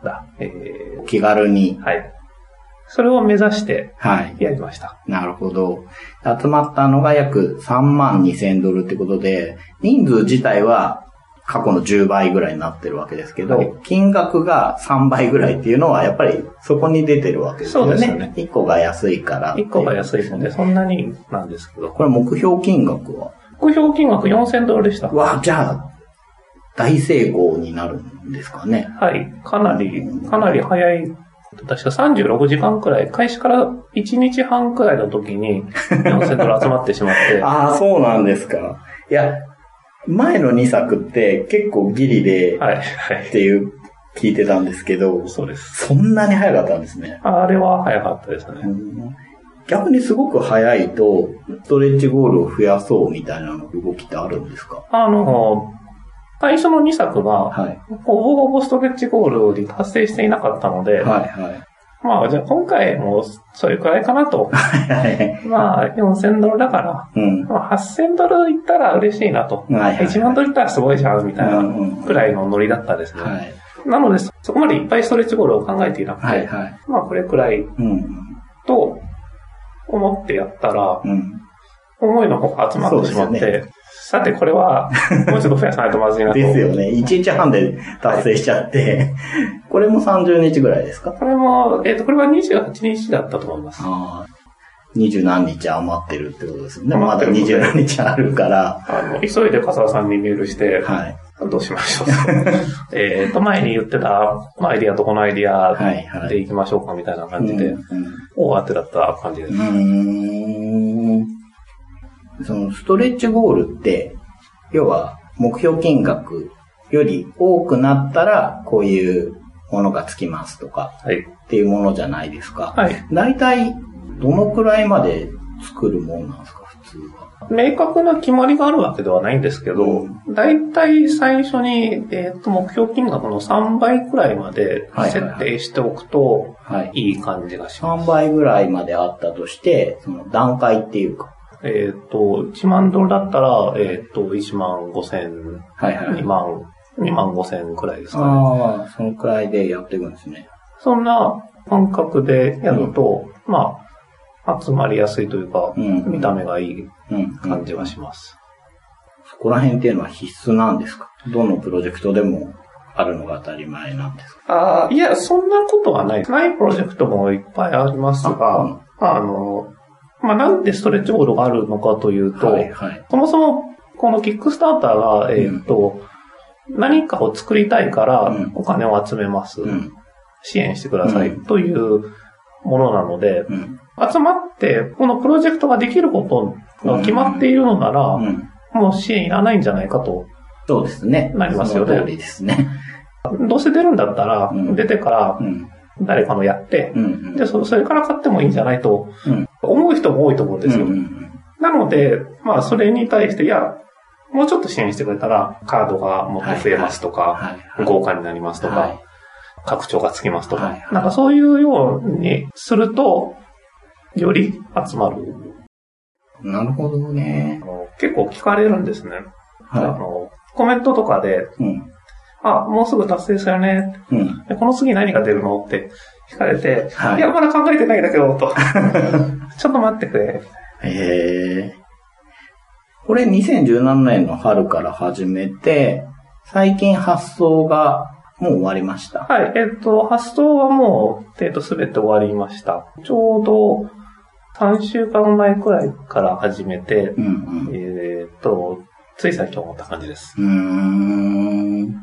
だ。えー、気軽に。 はい。それを目指してやりました。はい。なるほど。集まったのが約さんまんにせんドルってことで、人数自体は過去のじゅうばいぐらいになってるわけですけど、はい、金額がさんばいぐらいっていうのはやっぱりそこに出てるわけですよね。そうですね。いっこが安いから、 ね。いっこが安いので、そんなになんですけど。 これ目標金額は目標金額よんせんドルでした。 うわ、じゃあ、大成功になるんですかね。 はい。かなり、かなり早い。確かさんじゅうろくじかんくらい、開始からいちにちはんくらいの時によんせんドル集まってしまって。 ああ、そうなんですか。いや、前のにさくって結構ギリで、はい、はい。っていう、聞いてたんですけど、 そうです。 そんなに早かったんですね。 あれは早かったですね。 逆にすごく早いと、ストレッチゴールを増やそうみたいなの動きってあるんですか？ あの、最初のにさくが、はい、ほぼほぼストレッチゴールに達成していなかったので、はいはい、まあ、じゃあ今回もそれくらいかなと。まあ、よんせんドルだから、うんまあ、はっせんドルいったら嬉しいなと。はいはいはい、いちまんドルいったらすごいじゃん、みたいなくらいのノリだったですね。はい、なので、そこまでいっぱいストレッチゴールを考えていなくて、はいはい、まあ、これくらい、と思ってやったら、うん、思いのほか集まってしまって、さてこれは、もうちょっと増やさないとまずいなと。 ですよね。いちにちはんで達成しちゃって、はい、これもさんじゅうにちぐらいですか？ これも、えっと、これはにじゅうはちにちだったと思います。 ああ。にじゅう何日余ってるってことですよね。まだにじゅう何日あるから。 あの、急いで笠原さんにメールして、はい。どうしましょう。えっと、前に言ってた、このアイディアとこのアイディアでいきましょうかみたいな感じで、大当てだった感じです。うーんそのストレッチゴールって、要は目標金額より多くなったらこういうものがつきますとか、はい、っていうものじゃないですか。はい。だいたいどのくらいまで作るものなんですか、普通は。 明確な決まりがあるわけではないんですけど、だいたい最初に、えーと、目標金額のさんばいくらいまで設定しておくといい感じがします。 さんばいぐらいまであったとして、その段階っていうか、 えっ、ー、と、いちまんドルだったら、えっ、ー、と、いちまんごせん、はいはい、にまん、にまんごせんくらいですかね。 ああ、そのくらいでやっていくんですね。 そんな感覚でやると、うん、まあ、集まりやすいというか、うん、見た目がいい感じはします、 うんうん。そこら辺っていうのは必須なんですか？どのプロジェクトでもあるのが当たり前なんですか？ ああ、いや、そんなことはない。ないプロジェクトもいっぱいありますが、あ、うん、あの、まあ、なんでストレッチゴールがあるのかというと、はいはい、そもそもこのキックスターターが、えーとうん、何かを作りたいからお金を集めます。うん、支援してください、うん、というものなので、うん、集まってこのプロジェクトができることが決まっているのなら、うんうん、もう支援いらないんじゃないかと。 そうですね。 なりますよね。 その通りですね。 どうせ出るんだったら、うん、出てから、うん誰かのやって、うんうん、でそ、それから買ってもいいんじゃないと、思う人も多いと思うんですよ。うんうんうん、なので、まあ、それに対して、いや、もうちょっと支援してくれたら、カードがもっと増えますとか、はいはいはい、豪華になりますとか、はい、拡張がつきますとか、はいはい、なんかそういうようにすると、より集まる。 なるほどね。 結構聞かれるんですね。はい、あのコメントとかで、うんあ、もうすぐ達成するね、うん。この次何が出るのって聞かれて、はい、いや、まだ考えてないんだけど、と。ちょっと待ってくれ。 へー。これにせんじゅうななねんの春から始めて、最近発送がもう終わりました。 はい、えっと、発送はもう、えっと、すべて終わりました。ちょうどさんしゅうかんまえくらいから始めて、うんうん、えっと、つい最近思った感じです。 うーん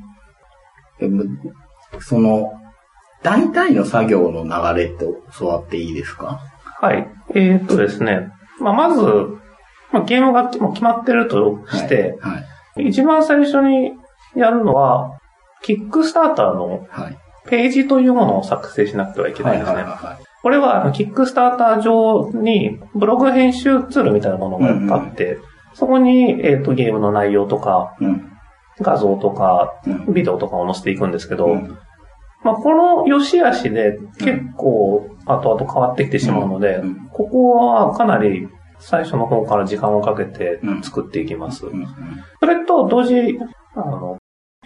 その、大体の作業の流れって教わっていいですか？ はい。えー、っとですね。まあ、まず、まあ、ゲームがもう決まってるとして、はいはい、一番最初にやるのは、キックスターターのページというものを作成しなくてはいけないんですね。これは、キックスターター上にブログ編集ツールみたいなものがあって、うんうん、そこに、えー、っと、ゲームの内容とか、うん画像とか、ビデオとかを載せていくんですけど、うん、まあ、この良し悪しで結構後々変わってきてしまうので、うん、ここはかなり最初の方から時間をかけて作っていきます。うん、それと同時、あの、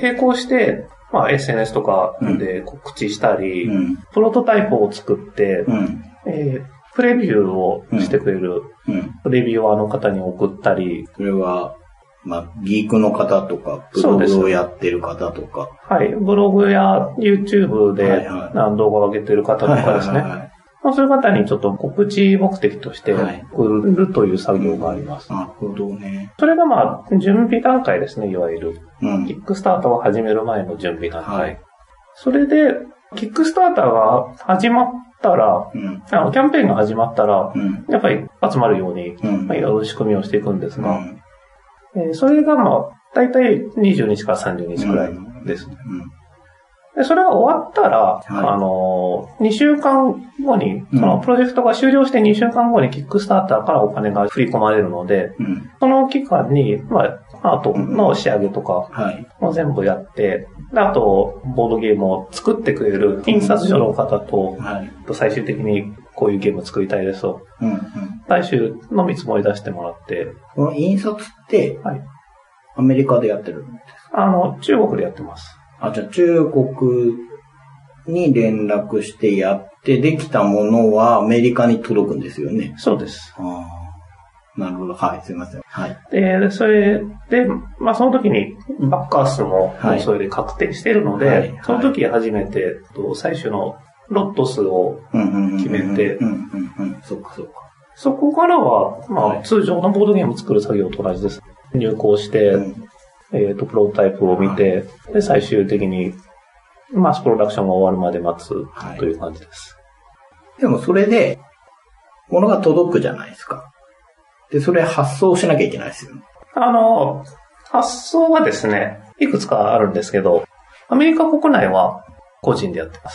並行して、まあ エスエヌエス とかで告知したり、うん、プロトタイプを作って、うんえー、プレビューをしてくれる、うん、レビューアーの方に送ったり。 それは、まあ、ギークの方とか、ブログをやってる方とか。 はい。ブログや YouTube で動画を上げてる方とかですね。そういう方にちょっと告知目的として送るという作業があります。 はい、なるほどね。 それがまあ、準備段階ですね、いわゆる。うん、キックスターターを始める前の準備段階。はい、それで、キックスターターが始まったら、うん、あのキャンペーンが始まったら、うん、やっぱり集まるように、うんまあ、いろいろ仕組みをしていくんですが、うんえー、それがまあ、だいたいにじゅうにちからさんじゅうにちくらいですね。うんうんでそれが終わったら、はい、あの、にしゅうかんごに、そのプロジェクトが終了してにしゅうかんごにキックスターターからお金が振り込まれるので、うん、その期間に、まあ、アートの仕上げとかを全部やって、であと、ボードゲームを作ってくれる印刷所の方と、はい、最終的にこういうゲームを作りたいですと、うんうん、最終の見積もり出してもらって。 この印刷って、はい、アメリカでやってるんですか？ あの、中国でやってます。 あ、じゃあ中国に連絡してやってできたものはアメリカに届くんですよね。 そうです。 ああ、なるほど。はい、すいません。はい。 で、それで、まあその時にバッカー数もそれで確定しているので、はいはいはい、その時初めて最初のロット数を決めて、 そっかそっか。 そこからは、まあ、はい、通常のボードゲーム作る作業と同じです。入稿して、うんえっと、プロトタイプを見て、はい、で、最終的に、マスプロダクションが終わるまで待つという感じです。 はい、でも、それで、物が届くじゃないですか。で、それ発送しなきゃいけないですよね。 あの、発送はですね、いくつかあるんですけど、アメリカ国内は個人でやってます。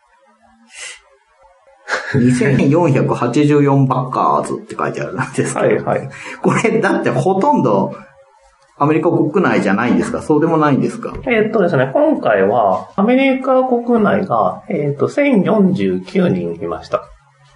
にせんよんひゃくはちじゅうよんバッカーズって書いてあるんですけど。はいはい。これ、だってほとんど、アメリカ国内じゃないんですか？そうでもないんですか？ えー、っとですね、今回はアメリカ国内が、えー、っと、せんよんじゅうきゅうにんいました。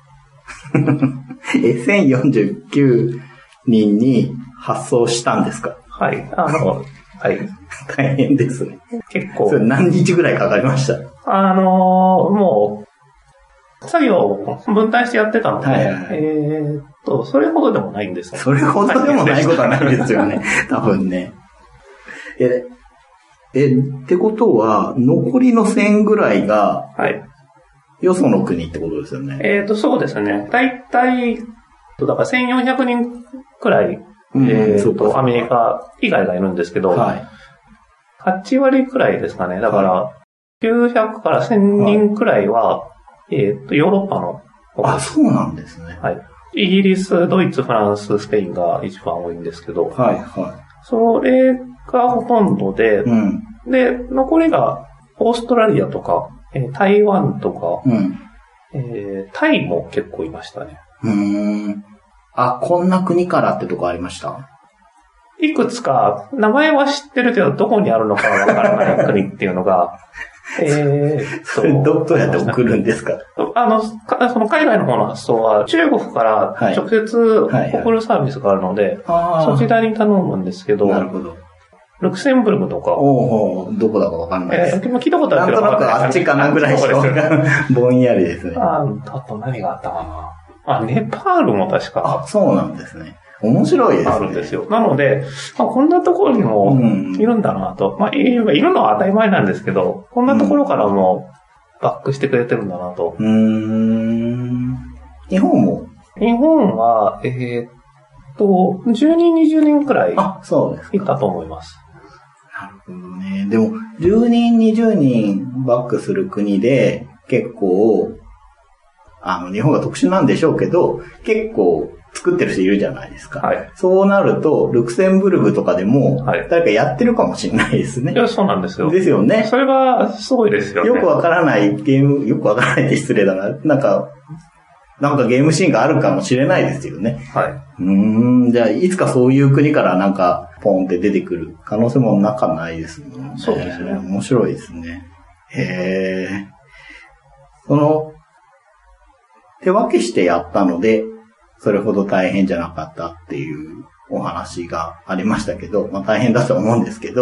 え、せんよんじゅうきゅうにんに発送したんですか？ はい。あの、はい。 大変ですね。 結構。 それ何日ぐらいかかりました？ あのー、もう、作業を分担してやってたので、はいはいはい、えーと、それほどでもないんですよ。 それほどでもないことはないですよね。多分ね。え、え、ってことは、残りのせんぐらいが、はい。よその国ってことですよね。 えっと、そうですね。だいたい、だからせんよんひゃくにんくらい、うん、えっと、アメリカ以外がいるんですけど、はい。はちわりくらいですかね。だから、はい、きゅうひゃくからせんにんくらいは、はい、えっと、ヨーロッパの。 あ、そうなんですね。 はい。イギリス、ドイツ、フランス、スペインが一番多いんですけど、はい、はい。それがほとんどで、うん、で、残りがオーストラリアとか、えー、台湾とか、うんえー、タイも結構いましたね。 うーん。あ、こんな国からってとこありました？ いくつか、名前は知ってるけど、どこにあるのかわからない国っていうのが、えー、 それど、どうやって送るんですか？ あの、その海外の方の発送は中国から直接送るサービスがあるので、はいはいはい、そちらに頼むんですけど、 なるほど。 ルクセンブルクとか。 おうどこだかわかんないです。 えー、聞いたことあるけど。 なんとなくあっちかなぐらいしかぼんやりですね。 ああと何があったかな。あ、ネパールも確か。 あ、そうなんですね。面白いですね。 あるんですよ。なので、まあ、こんなところにもいるんだなと。うん、まあ、いるのは当たり前なんですけど、こんなところからもバックしてくれてるんだなと。 うーん。日本も日本は、えー、っと、じゅうにん、にじゅうにんくらいいたと思います。 なるほどね。でも、じゅうにん、にじゅうにんバックする国で、結構、あの、日本が特殊なんでしょうけど、結構、作ってる人いるじゃないですか。はい。そうなると、ルクセンブルクとかでも、誰かやってるかもしれないですね。 いや、そうなんですよ。 ですよね。 それが、すごいですよね。 よくわからないゲーム、よくわからないって失礼だな。なんか、なんかゲームシーンがあるかもしれないですよね。はい。うーん、じゃあ、いつかそういう国からなんか、ポンって出てくる可能性もなかないですもんね。 そうですね。 面白いですね。へー。その、手分けしてやったので、それほど大変じゃなかったっていうお話がありましたけど、まあ大変だと思うんですけど、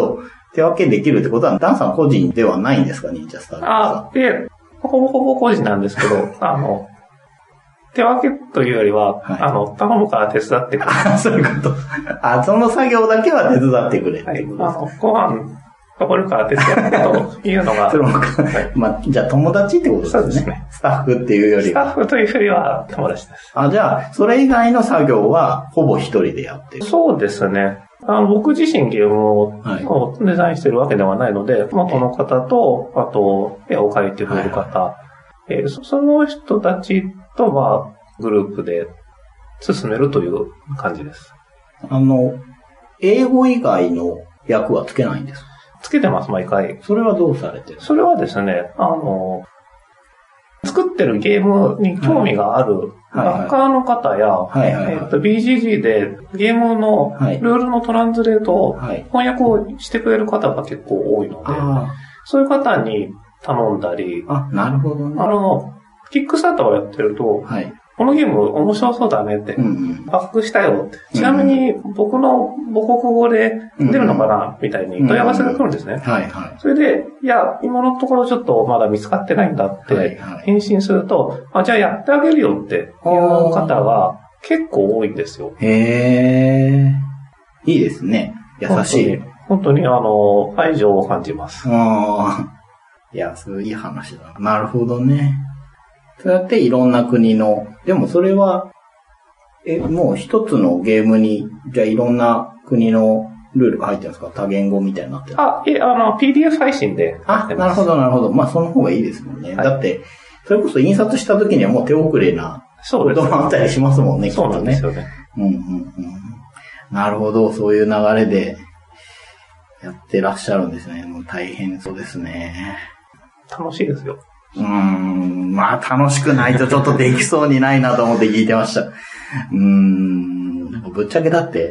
手分けできるってことは、ダンさん個人ではないんですか、忍者スターゲームズ。 あ、で、ほぼほぼ個人なんですけど、あの、手分けというよりは、はい、あの、頼むから手伝ってくれ。 あ、そういうこと。あ、その作業だけは手伝ってくれってことです、 はい、あの、ご飯、残るから手伝ってというのが。 それも、はい、まあ、じゃあ友達ってことですね。そうですね。スタッフっていうよりは。 スタッフというよりは友達です。 あ、じゃあ、それ以外の作業は、ほぼ一人でやってる。 そうですね。あの僕自身ゲームを、はい、デザインしてるわけではないので、元の方と、あと、絵を描いてくれる方、はいはい、えー、その人たちと、まあ、グループで進めるという感じです。 あの、英語以外の訳はつけないんですか？ つけてます、毎回。 それはどうされてる？ それはですね、あの、作ってるゲームに興味がある学科の方や、 はいはいはいえっと、ビージージー でゲームのルールのトランスレートを翻訳をしてくれる方が結構多いので、はい、そういう方に頼んだり、 あ、なるほどね。 あの、キックスターターをやってると、はい、このゲーム面白そうだねって、うんうん、バックしたよって。ちなみに僕の母国語で出るのかな、うんうん、みたいに問い合わせが来るんですね、うんうんはいはい。それで、いや、今のところちょっとまだ見つかってないんだって返信すると、はいはい、あ、じゃあやってあげるよっていう方が結構多いんですよ。 へー。いいですね。優しい。 本当に、本当にあの、愛情を感じます。 あいや、そういういい話だ。なるほどね。そうやっていろんな国の、でもそれは、え、もう一つのゲームに、じゃあいろんな国のルールが入ってるんですか？多言語みたいになってる？ あ、え、あの、ピーディーエフ 配信で。 あ、なるほど、なるほど。まあその方がいいですもんね。はい、だって、それこそ印刷した時にはもう手遅れなこともあったりしますもんね、 そうなんですよね。 うんうんうん。なるほど、そういう流れでやってらっしゃるんですね。もう大変そうですね。 楽しいですよ。 うーん、まあ楽しくないとちょっとできそうにないなと思って聞いてました。うーん、ぶっちゃけだって、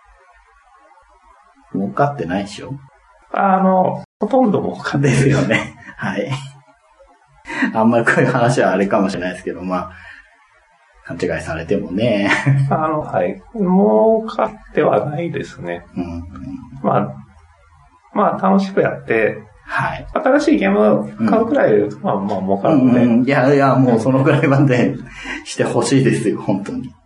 儲かってないでしょ？ あの、ほとんど儲かってですよね。はい。あんまりこういう話はあれかもしれないですけど、まあ、勘違いされてもね。 あの、はい。儲かってはないですね。うん、まあ、まあ楽しくやって、はい。新しいゲーム買うくらい、うん、まあまあ儲かるので、 うんうん。いやいや、もうそのくらいまでしてほしいですよ、本当に。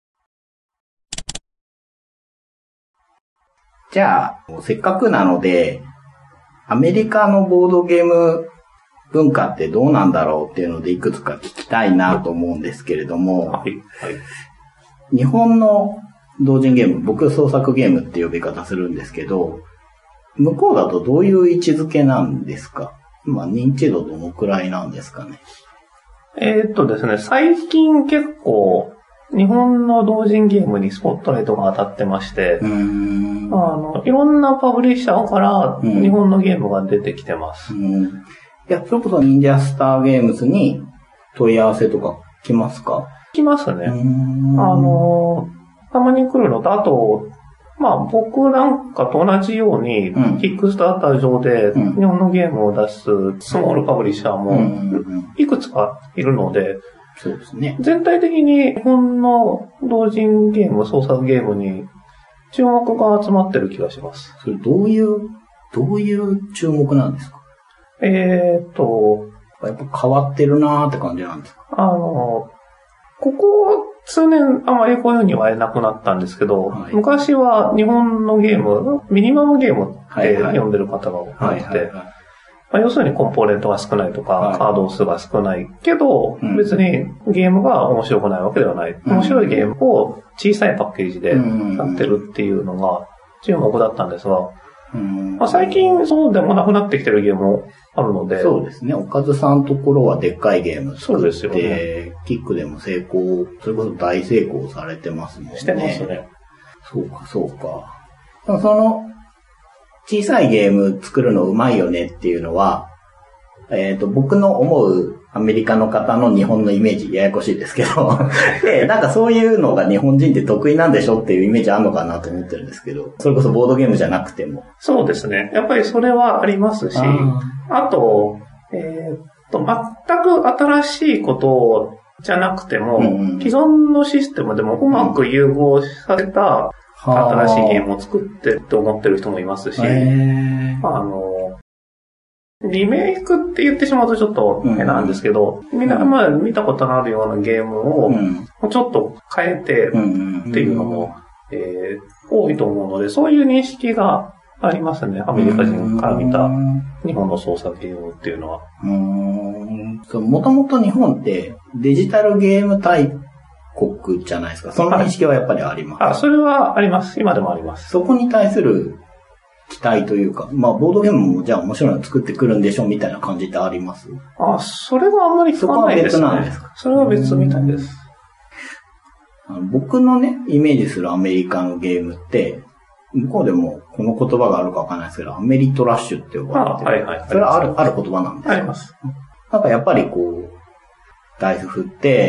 じゃあ、せっかくなので、アメリカのボードゲーム文化ってどうなんだろうっていうのでいくつか聞きたいなと思うんですけれども、はいはい、日本の同人ゲーム、僕創作ゲームって呼び方するんですけど、向こうだとどういう位置づけなんですか？まあ、認知度どのくらいなんですかね？ えー、っとですね、最近結構、日本の同人ゲームにスポットライトが当たってまして、うーんあのいろんなパブリッシャーから日本のゲームが出てきてます。 うん、いや、それこそ忍者スターゲームズに問い合わせとか来ますか？ 来ますね。うーんあの、たまに来るのと、あと、まあ僕なんかと同じように、うん、キックスターター上で日本のゲームを出すスモールパブリッシャーもいくつかいるので、 そうですね。 全体的に日本の同人ゲーム、創作ゲームに注目が集まってる気がします。 それどういう、どういう注目なんですか？ えーっと、 やっぱ変わってるなーって感じなんですか？ あの、ここ数年あまりこういう風にはなくなったんですけど、はい、昔は日本のゲーム、ミニマムゲームって呼んでる方が多くて、要するにコンポーネントが少ないとか、はい、カード数が少ないけど、うん、別にゲームが面白くないわけではない。うん、面白いゲームを小さいパッケージでやってるっていうのが注目だったんですが、うんまあ、最近そうでもなくなってきてるゲームもあるので。 そうですね。おかずさんのところはでっかいゲーム作って、 そうですよね、 キックでも成功、それこそ大成功されてますもんね。 してますね。 そうか、そうか。その、小さいゲーム作るのうまいよねっていうのは、えっと、僕の思うアメリカの方の日本のイメージ、ややこしいですけど、で、なんかそういうのが日本人って得意なんでしょっていうイメージあるのかなと思ってるんですけど、それこそボードゲームじゃなくても。 そうですね。やっぱりそれはありますし、あ, あと、えー、っと、全く新しいことじゃなくても、うんうん、既存のシステムでもうまく融合された新しいゲームを作ってって思ってる人もいますし、あの、リメイクって言ってしまうとちょっと変なんですけど、うん、みんながまあ見たことのあるようなゲームをちょっと変えてっていうのも、えー、多いと思うので、そういう認識がありますね。アメリカ人から見た日本の操作ゲームっていうのは。 もともと日本ってデジタルゲーム大国じゃないですか。その認識はやっぱりあります。 あ、それはあります。今でもあります。 そこに対する期待というか、まあ、ボードゲームもじゃあ面白いの作ってくるんでしょみたいな感じってあります？ あ、それはあんまり聞かないですね。そこは別なんですか？それは別みたいです。 あの僕のね、イメージするアメリカのゲームって、向こうでもこの言葉があるかわかんないですけど、アメリトラッシュって呼ばれてる。 はいはい。 それはある、ある言葉なんですか？ あります。 なんかやっぱりこう、ダイス振って、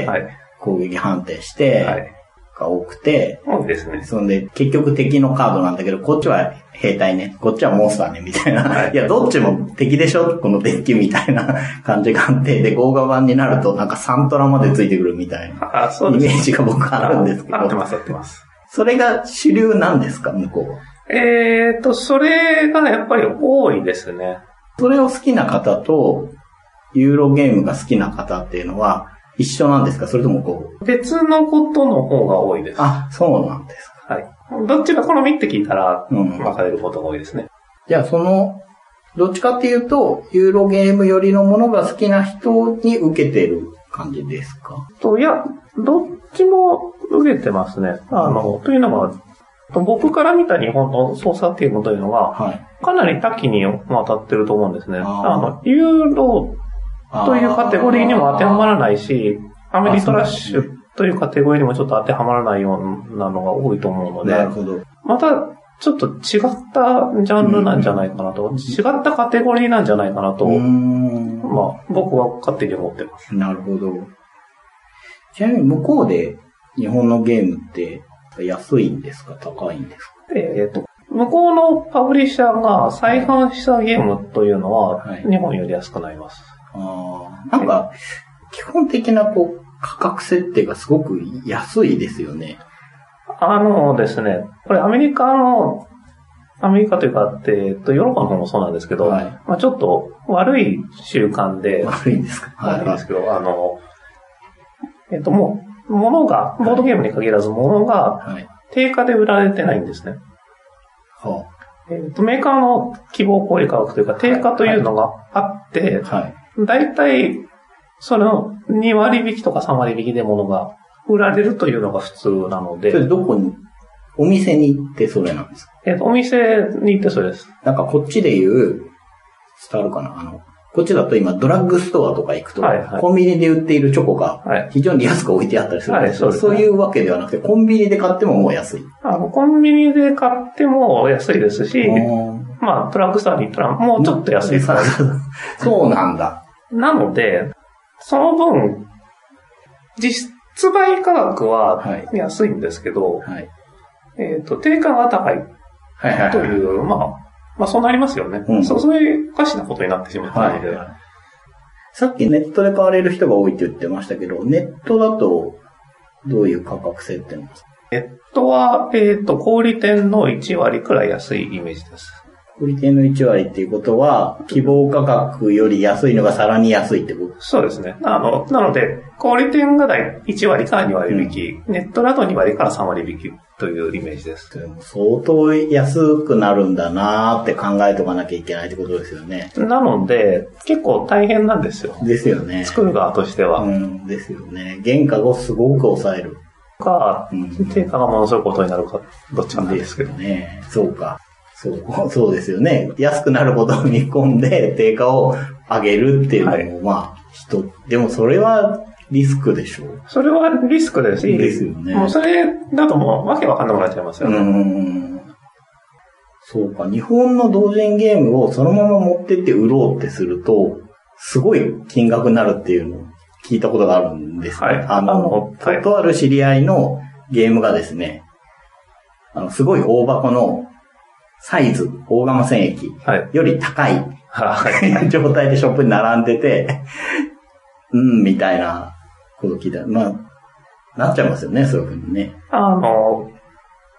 はい、攻撃判定して、はい、が多くて、 多いですね。 そんで、結局敵のカードなんだけど、こっちは兵隊ね、こっちはモンスターね、みたいな。はい、いや、どっちも敵でしょこのデッキみたいな感じがあって、で、豪華版になるとなんかサントラまでついてくるみたいなあ、そうです。 イメージが僕あるんですけど。 合ってます、合ってます。 それが主流なんですか、向こうは。 えーと、それがやっぱり多いですね。 それを好きな方と、ユーロゲームが好きな方っていうのは一緒なんですか？それともこう。別のことの方が多いです。 あ、そうなんですか。はい。どっちが好みって聞いたら、うん、分かれることが多いですね。 じゃあその、どっちかっていうと、ユーロゲームよりのものが好きな人に受けてる感じですか？ と、いや、どっちも受けてますね。あの、うん、というのは、僕から見た日本の操作ゲームというのが、はい、かなり多岐にわたってると思うんですね。あの、ユーロというカテゴリーにも当てはまらないし、アメリトラッシュというカテゴリーにもちょっと当てはまらないようなのが多いと思うので、 なるほど。 またちょっと違ったジャンルなんじゃないかなと、うん、違ったカテゴリーなんじゃないかなと、まあ僕は勝手に思ってます。 なるほど。ちなみに向こうで日本のゲームって安いんですか？高いんですか？ えっと、向こうのパブリッシャーが再販したゲームというのは日本より安くなります。 ああ、なんか、基本的なこう、価格設定がすごく安いですよね。 あのですね、これアメリカの、アメリカというか、えっと、ヨーロッパの方もそうなんですけど、はい、まあちょっと悪い習慣で、 悪いんですか？ 悪いんですけど、あの、えっと、もう、物が、ボードゲームに限らず物が、定価で売られてないんですね。 はあ、えっと、メーカーの希望小売価格というか、定価というのがあって、はいはいだいたい、その、に割引とかさん割引で物が売られるというのが普通なので。 それどこに、お店に行ってそれなんですか？ えっと、お店に行ってそれです。 なんかこっちで言う、伝わるかなあの、こっちだと今ドラッグストアとか行くと、はいはい、コンビニで売っているチョコが非常に安く置いてあったりするんですけど、はいはい そうですね、そういうわけではなくて、コンビニで買ってももう安い。 あの、コンビニで買っても安いですし、まあ、ドラッグストアに行ったらもうちょっと安いから。 そうなんだ。 なので、その分、実売価格は安いんですけど、はいはい、えっと、定価が高いという、まあ、まあそうなりますよね、うんそ。そういうおかしなことになってしまったので、はいはい。 さっきネットで買われる人が多いって言ってましたけど、ネットだとどういう価格設定なんですか？ ネットは、えっと、小売店のいち割くらい安いイメージです。 小売店のいち割っていうことは、希望価格より安いのがさらに安いってこと？ そうですね。あの、なので、小売店がいち割からに割引き、うん、ネットだとに割からさん割引きというイメージです。 でも相当安くなるんだなーって考えとかなきゃいけないってことですよね。 なので、結構大変なんですよ。 ですよね。 作る側としては。 うん、ですよね。原価をすごく抑える。 か、うん、定価がものすごいことになるか、どっちかなんですけどね。そうか。そう、そうですよね。安くなることを見込んで、定価を上げるっていうのも、はい、まあ、人、でもそれはリスクでしょう。 それはリスクですし、 ですよね。 もうそれだともうわけわかんなくなっちゃいますよね。 うん。そうか。日本の同人ゲームをそのまま持ってって売ろうってすると、すごい金額になるっていうのを聞いたことがあるんですね。はい。あの、あのはい、とある知り合いのゲームがですね、あの、すごい大箱のサイズ、大釜戦役より高い、はい、状態でショップに並んでて、うん、みたいなこと聞いた。まあ、なっちゃいますよね、そういうふうにね。 あの、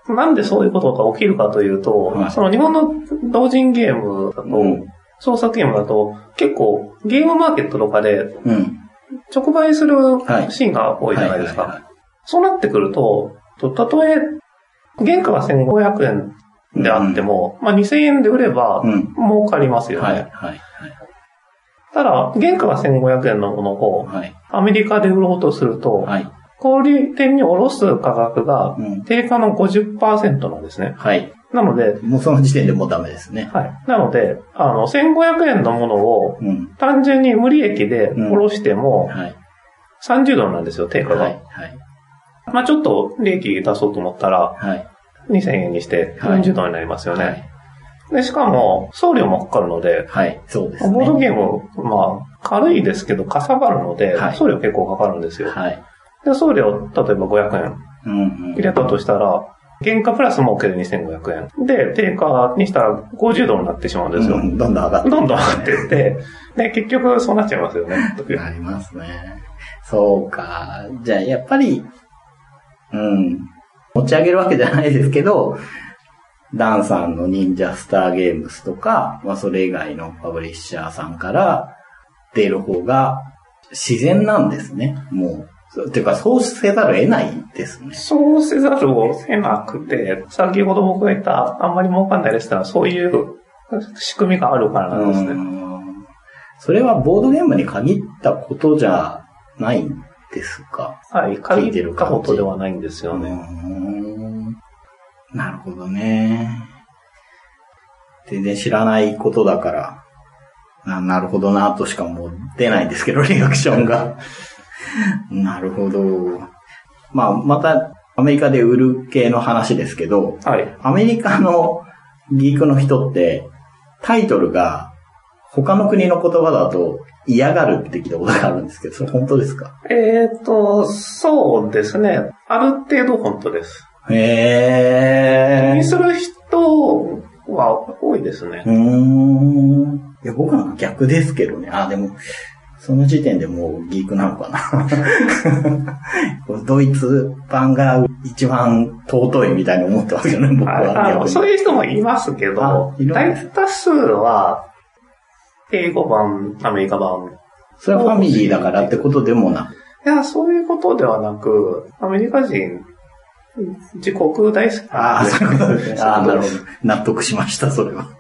なんでそういうことが起きるかというと、はい、その日本の同人ゲームだと、うん、創作ゲームだと、結構ゲームマーケットとかで、直売するシーンが多いじゃないですか。そうなってくると、たとえ、原価がせんごひゃくえんであっても、うん、まあにせんえんで売れば、儲かりますよね。はいはいはい、ただ、原価がせんごひゃくえんのものを、はい、アメリカで売ろうとすると、はい、小売店に卸す価格が、定価の ごじゅっパーセント なんですね。はい。なので、 もうその時点でもうダメですね。 はい。なので、あの、せんごひゃくえんのものを、単純に無利益で卸しても、はい、さんじゅうドルなんですよ、定価が。はい。はい、まあちょっと利益出そうと思ったら、はい、にせんえんにしてよんじゅうドルになりますよね。はいはい、で、しかも、送料もかかるので、はい、そうですね。ボードゲーム、まあ、軽いですけど、かさばるので、はい、送料結構かかるんですよ。はい。で、送料、例えばごひゃくえん入れたとしたら、原価プラス儲けでにせんごひゃくえん。で、定価にしたらごじゅうドルになってしまうんですよ。うん、 どんどん上がって、ね。 どんどん上がっていって、で、結局そうなっちゃいますよね。 なりますね。そうか。じゃあ、やっぱり、うん、持ち上げるわけじゃないですけど、ダンさんの忍者スターゲームスとか、まあそれ以外のパブリッシャーさんから出る方が自然なんですね、もう。っていうか、そうせざるを得ないですね。 そうせざるを得なくて、先ほど僕が言った、あんまり儲かんないレストラン、そういう仕組みがあるからなんですね。 それはボードゲームに限ったことじゃないんですか？ はい、限ったことではないんですよね。 なるほどね。全然知らないことだから、な, なるほどなとしかもう出ないんですけど、リアクションが。なるほど。まあ、またアメリカで売る系の話ですけど、はい、アメリカのギークの人ってタイトルが他の国の言葉だと嫌がるって聞いたことがあるんですけど、それ本当ですか？ えっと、そうですね。ある程度本当です。 へー。 気にする人は多いですね。 うーん。いや、僕は逆ですけどね。あ、でも、その時点でもうギークなのかな。ドイツ版が一番尊いみたいに思ってますよね、僕は。 あのそういう人もいますけど、大多数は英語版、アメリカ版。 それはファミリーだからってことでもなく。 いや、そういうことではなく、アメリカ人、自国大好き。 ああ、そういうことですね。ああ、なるほど。納得しました、それは。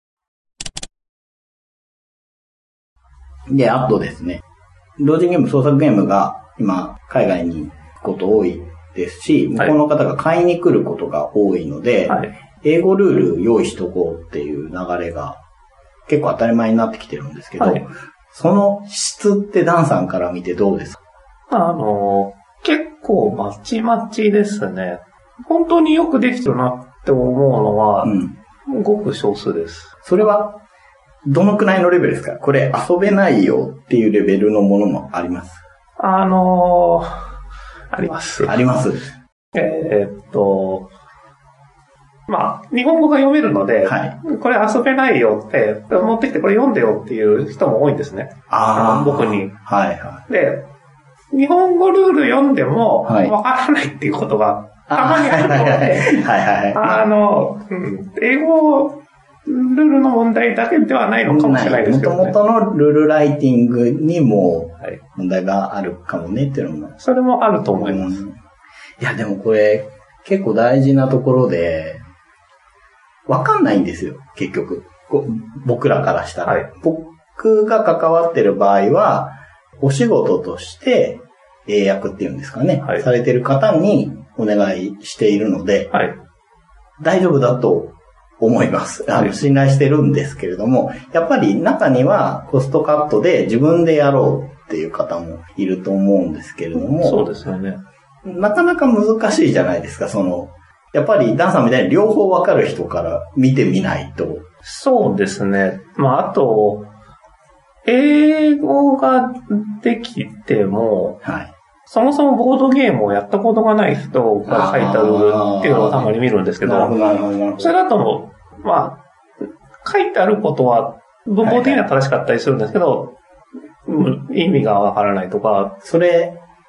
で、あとですね、同人ゲーム、創作ゲームが今、海外に行くこと多いですし、向こうの方が買いに来ることが多いので、はい、英語ルール用意しとこうっていう流れが結構当たり前になってきてるんですけど、はい、その質ってダンさんから見てどうですか？ あの、結構まちまちですね。本当によくできてるなって思うのは、うん、ごく少数です。 それはどのくらいのレベルですか？これ遊べないよっていうレベルのものもあります。 あのー、あります。 あります。 えー、っと、まあ、日本語が読めるので、はい、これ遊べないよって、持ってきてこれ読んでよっていう人も多いんですね。ああ。僕に。はいはい。で、日本語ルール読んでも、わからないっていうことがたまにあるので、はいはいはい。あの、うん、英語、ルールの問題だけではないのかもしれないですけどね。 もともとのルールライティングにも問題があるかもねっていうのも。 それもあると思います。うん、いやでもこれ結構大事なところで、わかんないんですよ、結局。僕らからしたら。はい、僕が関わってる場合は、お仕事として英訳っていうんですかね、はい、されてる方にお願いしているので、はい、大丈夫だと思います。あの、信頼してるんですけれども、やっぱり中にはコストカットで自分でやろうっていう方もいると思うんですけれども、 そうですよね。 なかなか難しいじゃないですか、その、やっぱりダンさんみたいに両方わかる人から見てみないと。 そうですね。まあ、あと、英語ができても、はい、そもそもボードゲームをやったことがない人が書いたルールっていうのをたまに見るんですけど、それだと、まあ、書いてあることは文法的には正しかったりするんですけど、はいはい、意味がわからないとか。 それ、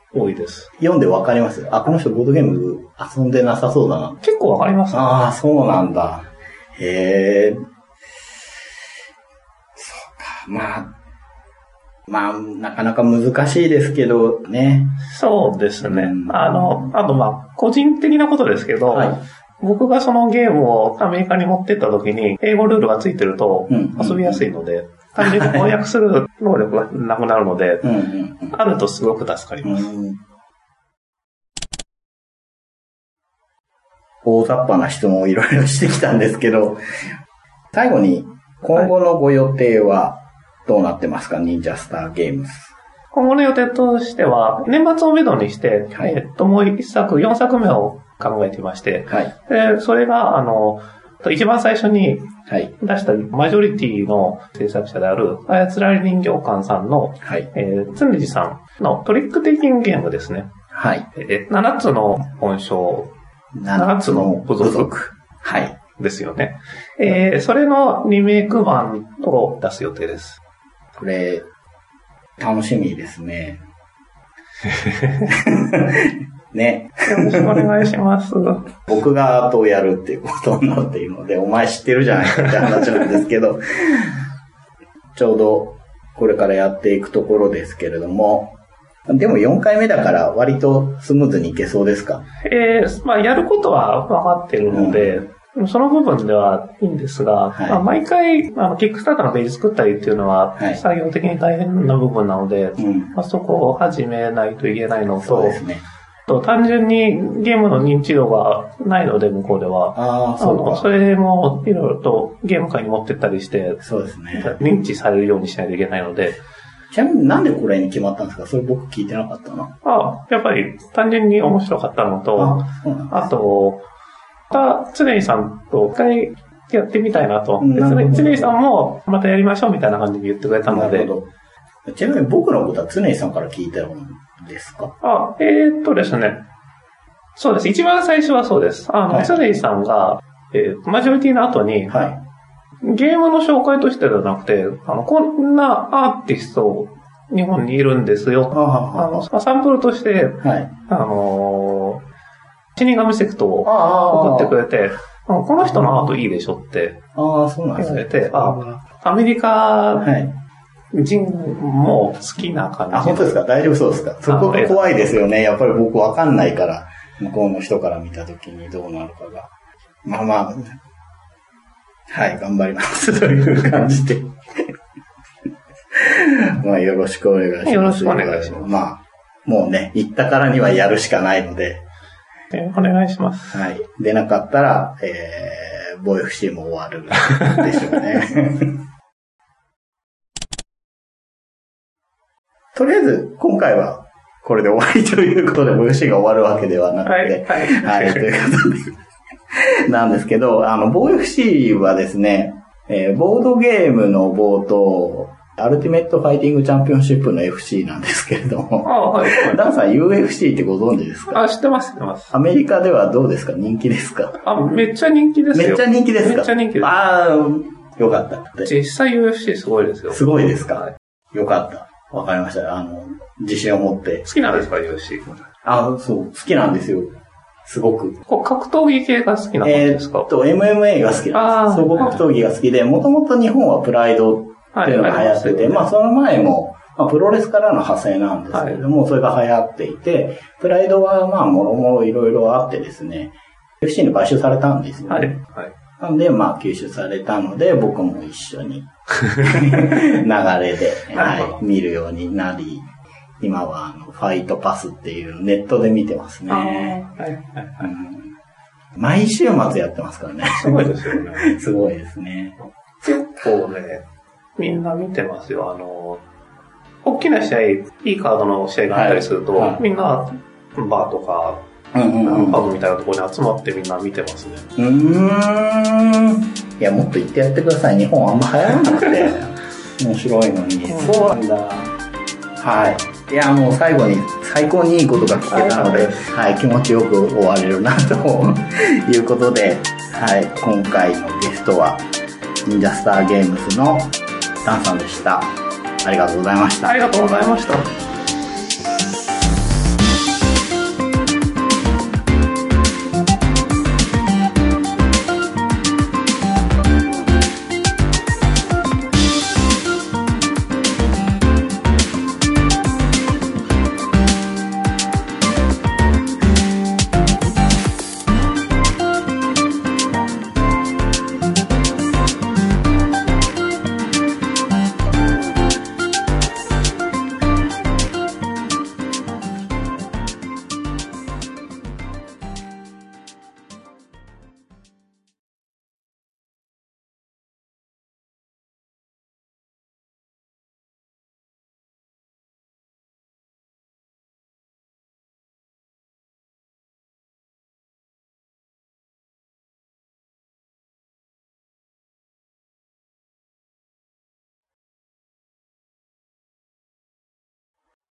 多いです。 読んでわかります？あ、この人ボードゲーム遊んでなさそうだな。 結構わかります、ね。 ああ、そうなんだ。へえ。そうか。まあ、まあ、なかなか難しいですけどね。 そうですね。うん、あの、あとまあ、個人的なことですけど、はい、僕がそのゲームをアメリカに持ってった時に、英語ルールがついてると遊びやすいので、うんうん、単純に翻訳する能力がなくなるので、うんうんうん、あるとすごく助かります。うん、 大雑把な質問をいろいろしてきたんですけど、最後に今後のご予定はどうなってますか、はい、忍者スターゲームズ。 今後の予定としては、年末をめどにして、はい、えっと、もう一作、四作目を考えていまして、はい、でそれが、あの、一番最初に出したマジョリティの制作者である、操られ人形館さんの、はい、えー、常地さんのトリックテイキングゲームですね。はい。えー、ななつの本性、ななつの部族。はい。ですよね。えー、それのリメイク版を出す予定です。 これ、楽しみですね。ね。 よろしくお願いします。 僕がアートをやるっていうことになっているので、お前知ってるじゃないかって話なんですけど、ちょうどこれからやっていくところですけれども、でもよんかいめだから割とスムーズにいけそうですか？ えー、まあやることは分かってるので、うん、その部分ではいいんですが、はい、まあ、毎回、あの、キックスターターのページ作ったりっていうのは、作業的に大変な部分なので、はい、まあ、そこを始めないといけないのと、そうですね。と単純にゲームの認知度がないので、向こうでは。ああ、そうか。それもいろいろとゲーム界に持ってったりして、 そうですね。 認知されるようにしないといけないので。 ちなみになんでこれに決まったんですか？それ僕聞いてなかったな。 ああ、やっぱり単純に面白かったのと、あ, あと、また、常井さんと一回やってみたいなと。常井さんもまたやりましょうみたいな感じで言ってくれたので。なるほど。ちなみに僕のことは常井さんから聞いたのですか？ あ、えー、っとですね。そうです。一番最初はそうです。あの、はい、常井さんが、えー、マジョリティの後に、はい、ゲームの紹介としてではなくて、あの、こんなアーティスト日本にいるんですよ。あのサンプルとして、はい、あのー、死神セクトを送ってくれて、この人のアートいいでしょって言われて、あ、アメリカ人も好きな感じ。 あ、本当ですか？大丈夫そうですか？そこが怖いですよね。やっぱり僕わかんないから、向こうの人から見たときにどうなるかが。まあまあ、はい、頑張ります。という感じで。まあよろしくお願いします。 よろしくお願いします。 まあ、もうね、行ったからにはやるしかないので。 お願いします。 はい。出なかったら、えー、ボーエフシー も終わるでしょうね。とりあえず、今回はこれで終わりということで、ボーエフシー が終わるわけではなくて、はい。はい、はい、ということで、なんですけど、あの、ボーエフシー はですね、えー、ボードゲームの冒頭、アルティメットファイティングチャンピオンシップの エフシー なんですけれども。ああ、はい。ダンさん ユーエフシー ってご存知ですか？ あ、知ってます、知ってます。 アメリカではどうですか？人気ですか？ あ、めっちゃ人気ですよ。 めっちゃ人気ですか？ めっちゃ人気です。 ああ、よかった。 実際 ユーエフシー すごいですよ。 すごいですか？はい、よかった。わかりました。あの、自信を持って。 好きなんですか ユーエフシー？ あ、そう、好きなんですよ。すごく。 こう格闘技系が好きなんですか？ えー、っと、エムエムエー が好きなんです。総合格闘技が好きで、もともと日本はプライドっていうのが流行ってて、はい、まあその前も、まあ、プロレスからの派生なんですけれども、はい、それが流行っていて、プライドはまあもろもろいろいろあってですね、エフシー に買収されたんですよね。はいはい、なんでまあ吸収されたので、僕も一緒に流れで、はい、見るようになり、今はあのファイトパスっていうネットで見てますね。はいはいはい、うん、毎週末やってますからね。 すごいですよね。 すごいですね。 結構ね、みんな見てますよ。あの、大きな試合、いいカードの試合があったりすると、はいはい、みんなバーとか、うんうんうん、パブみたいなところに集まってみんな見てますね。 うーん。いや、もっと言ってやってください。日本あんま流行らなくて。面白いのに。そうなんだ。はい。いや、もう最後に最高にいいことが聞けたので、はい、気持ちよく終われるなということで、はい、今回のゲストは、忍者スターゲームズのダンさんでした。ありがとうございました。 ありがとうございました。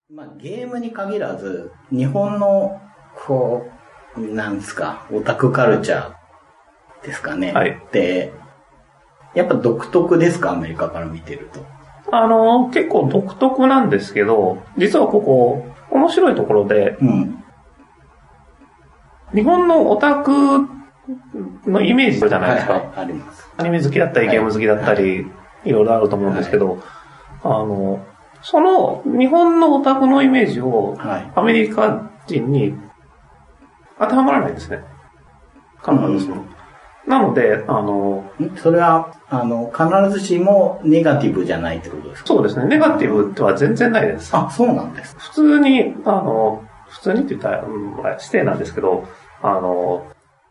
まあゲームに限らず、日本の、こう、なんですか、オタクカルチャーですかね。 はい。 で、やっぱ独特ですか、アメリカから見てると。 あの、結構独特なんですけど、実はここ、面白いところで、うん、日本のオタクのイメージじゃないですか。はいはい、 あります。 アニメ好きだったり、ゲーム好きだったり、はいはい、いろいろあると思うんですけど、はい、あの、その日本のオタクのイメージをアメリカ人に当てはまらないんですね。必ずしも。なので、あの、 それは、あの、必ずしもネガティブじゃないってことですか？ そうですね。ネガティブでは全然ないです。 あ、そうなんです。 普通に、あの、普通にって言ったら、うん、指定なんですけど、あの、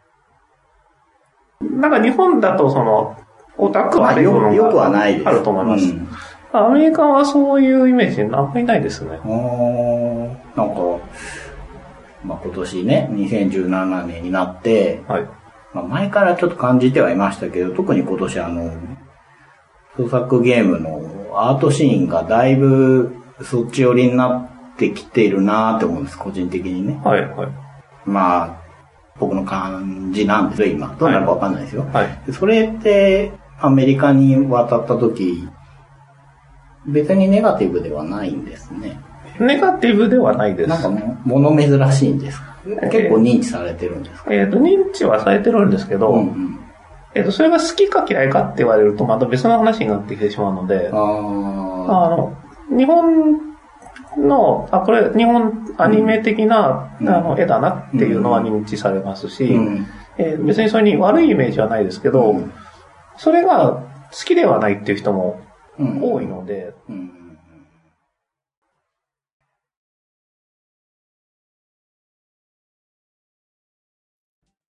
なんか日本だとその、オタクはあるものがあると思います。アメリカはそういうイメージあんまりないですね。 なんか、まあ、今年ね、にせんじゅうななねんになって、はい、まあ、前からちょっと感じてはいましたけど、特に今年あの、創作ゲームのアートシーンがだいぶそっち寄りになってきているなって思うんです、個人的にね。 はいはい。 まあ、僕の感じなんですよ、今。どうなるかわかんないですよ。 はい。 それってアメリカに渡った時、別にネガティブではないんですね。 ネガティブではないです。 なんかも、物珍しいんですか？結構認知されてるんですか？ えっ、ー、と、認知はされてるんですけど、うんうん、えっ、ー、と、それが好きか嫌いかって言われるとまた別の話になってきてしまうので、ああの、日本の、あ、これ日本アニメ的な、うん、あの絵だなっていうのは認知されますし、うんえー、別にそれに悪いイメージはないですけど、うん、それが好きではないっていう人も多いので、うんうん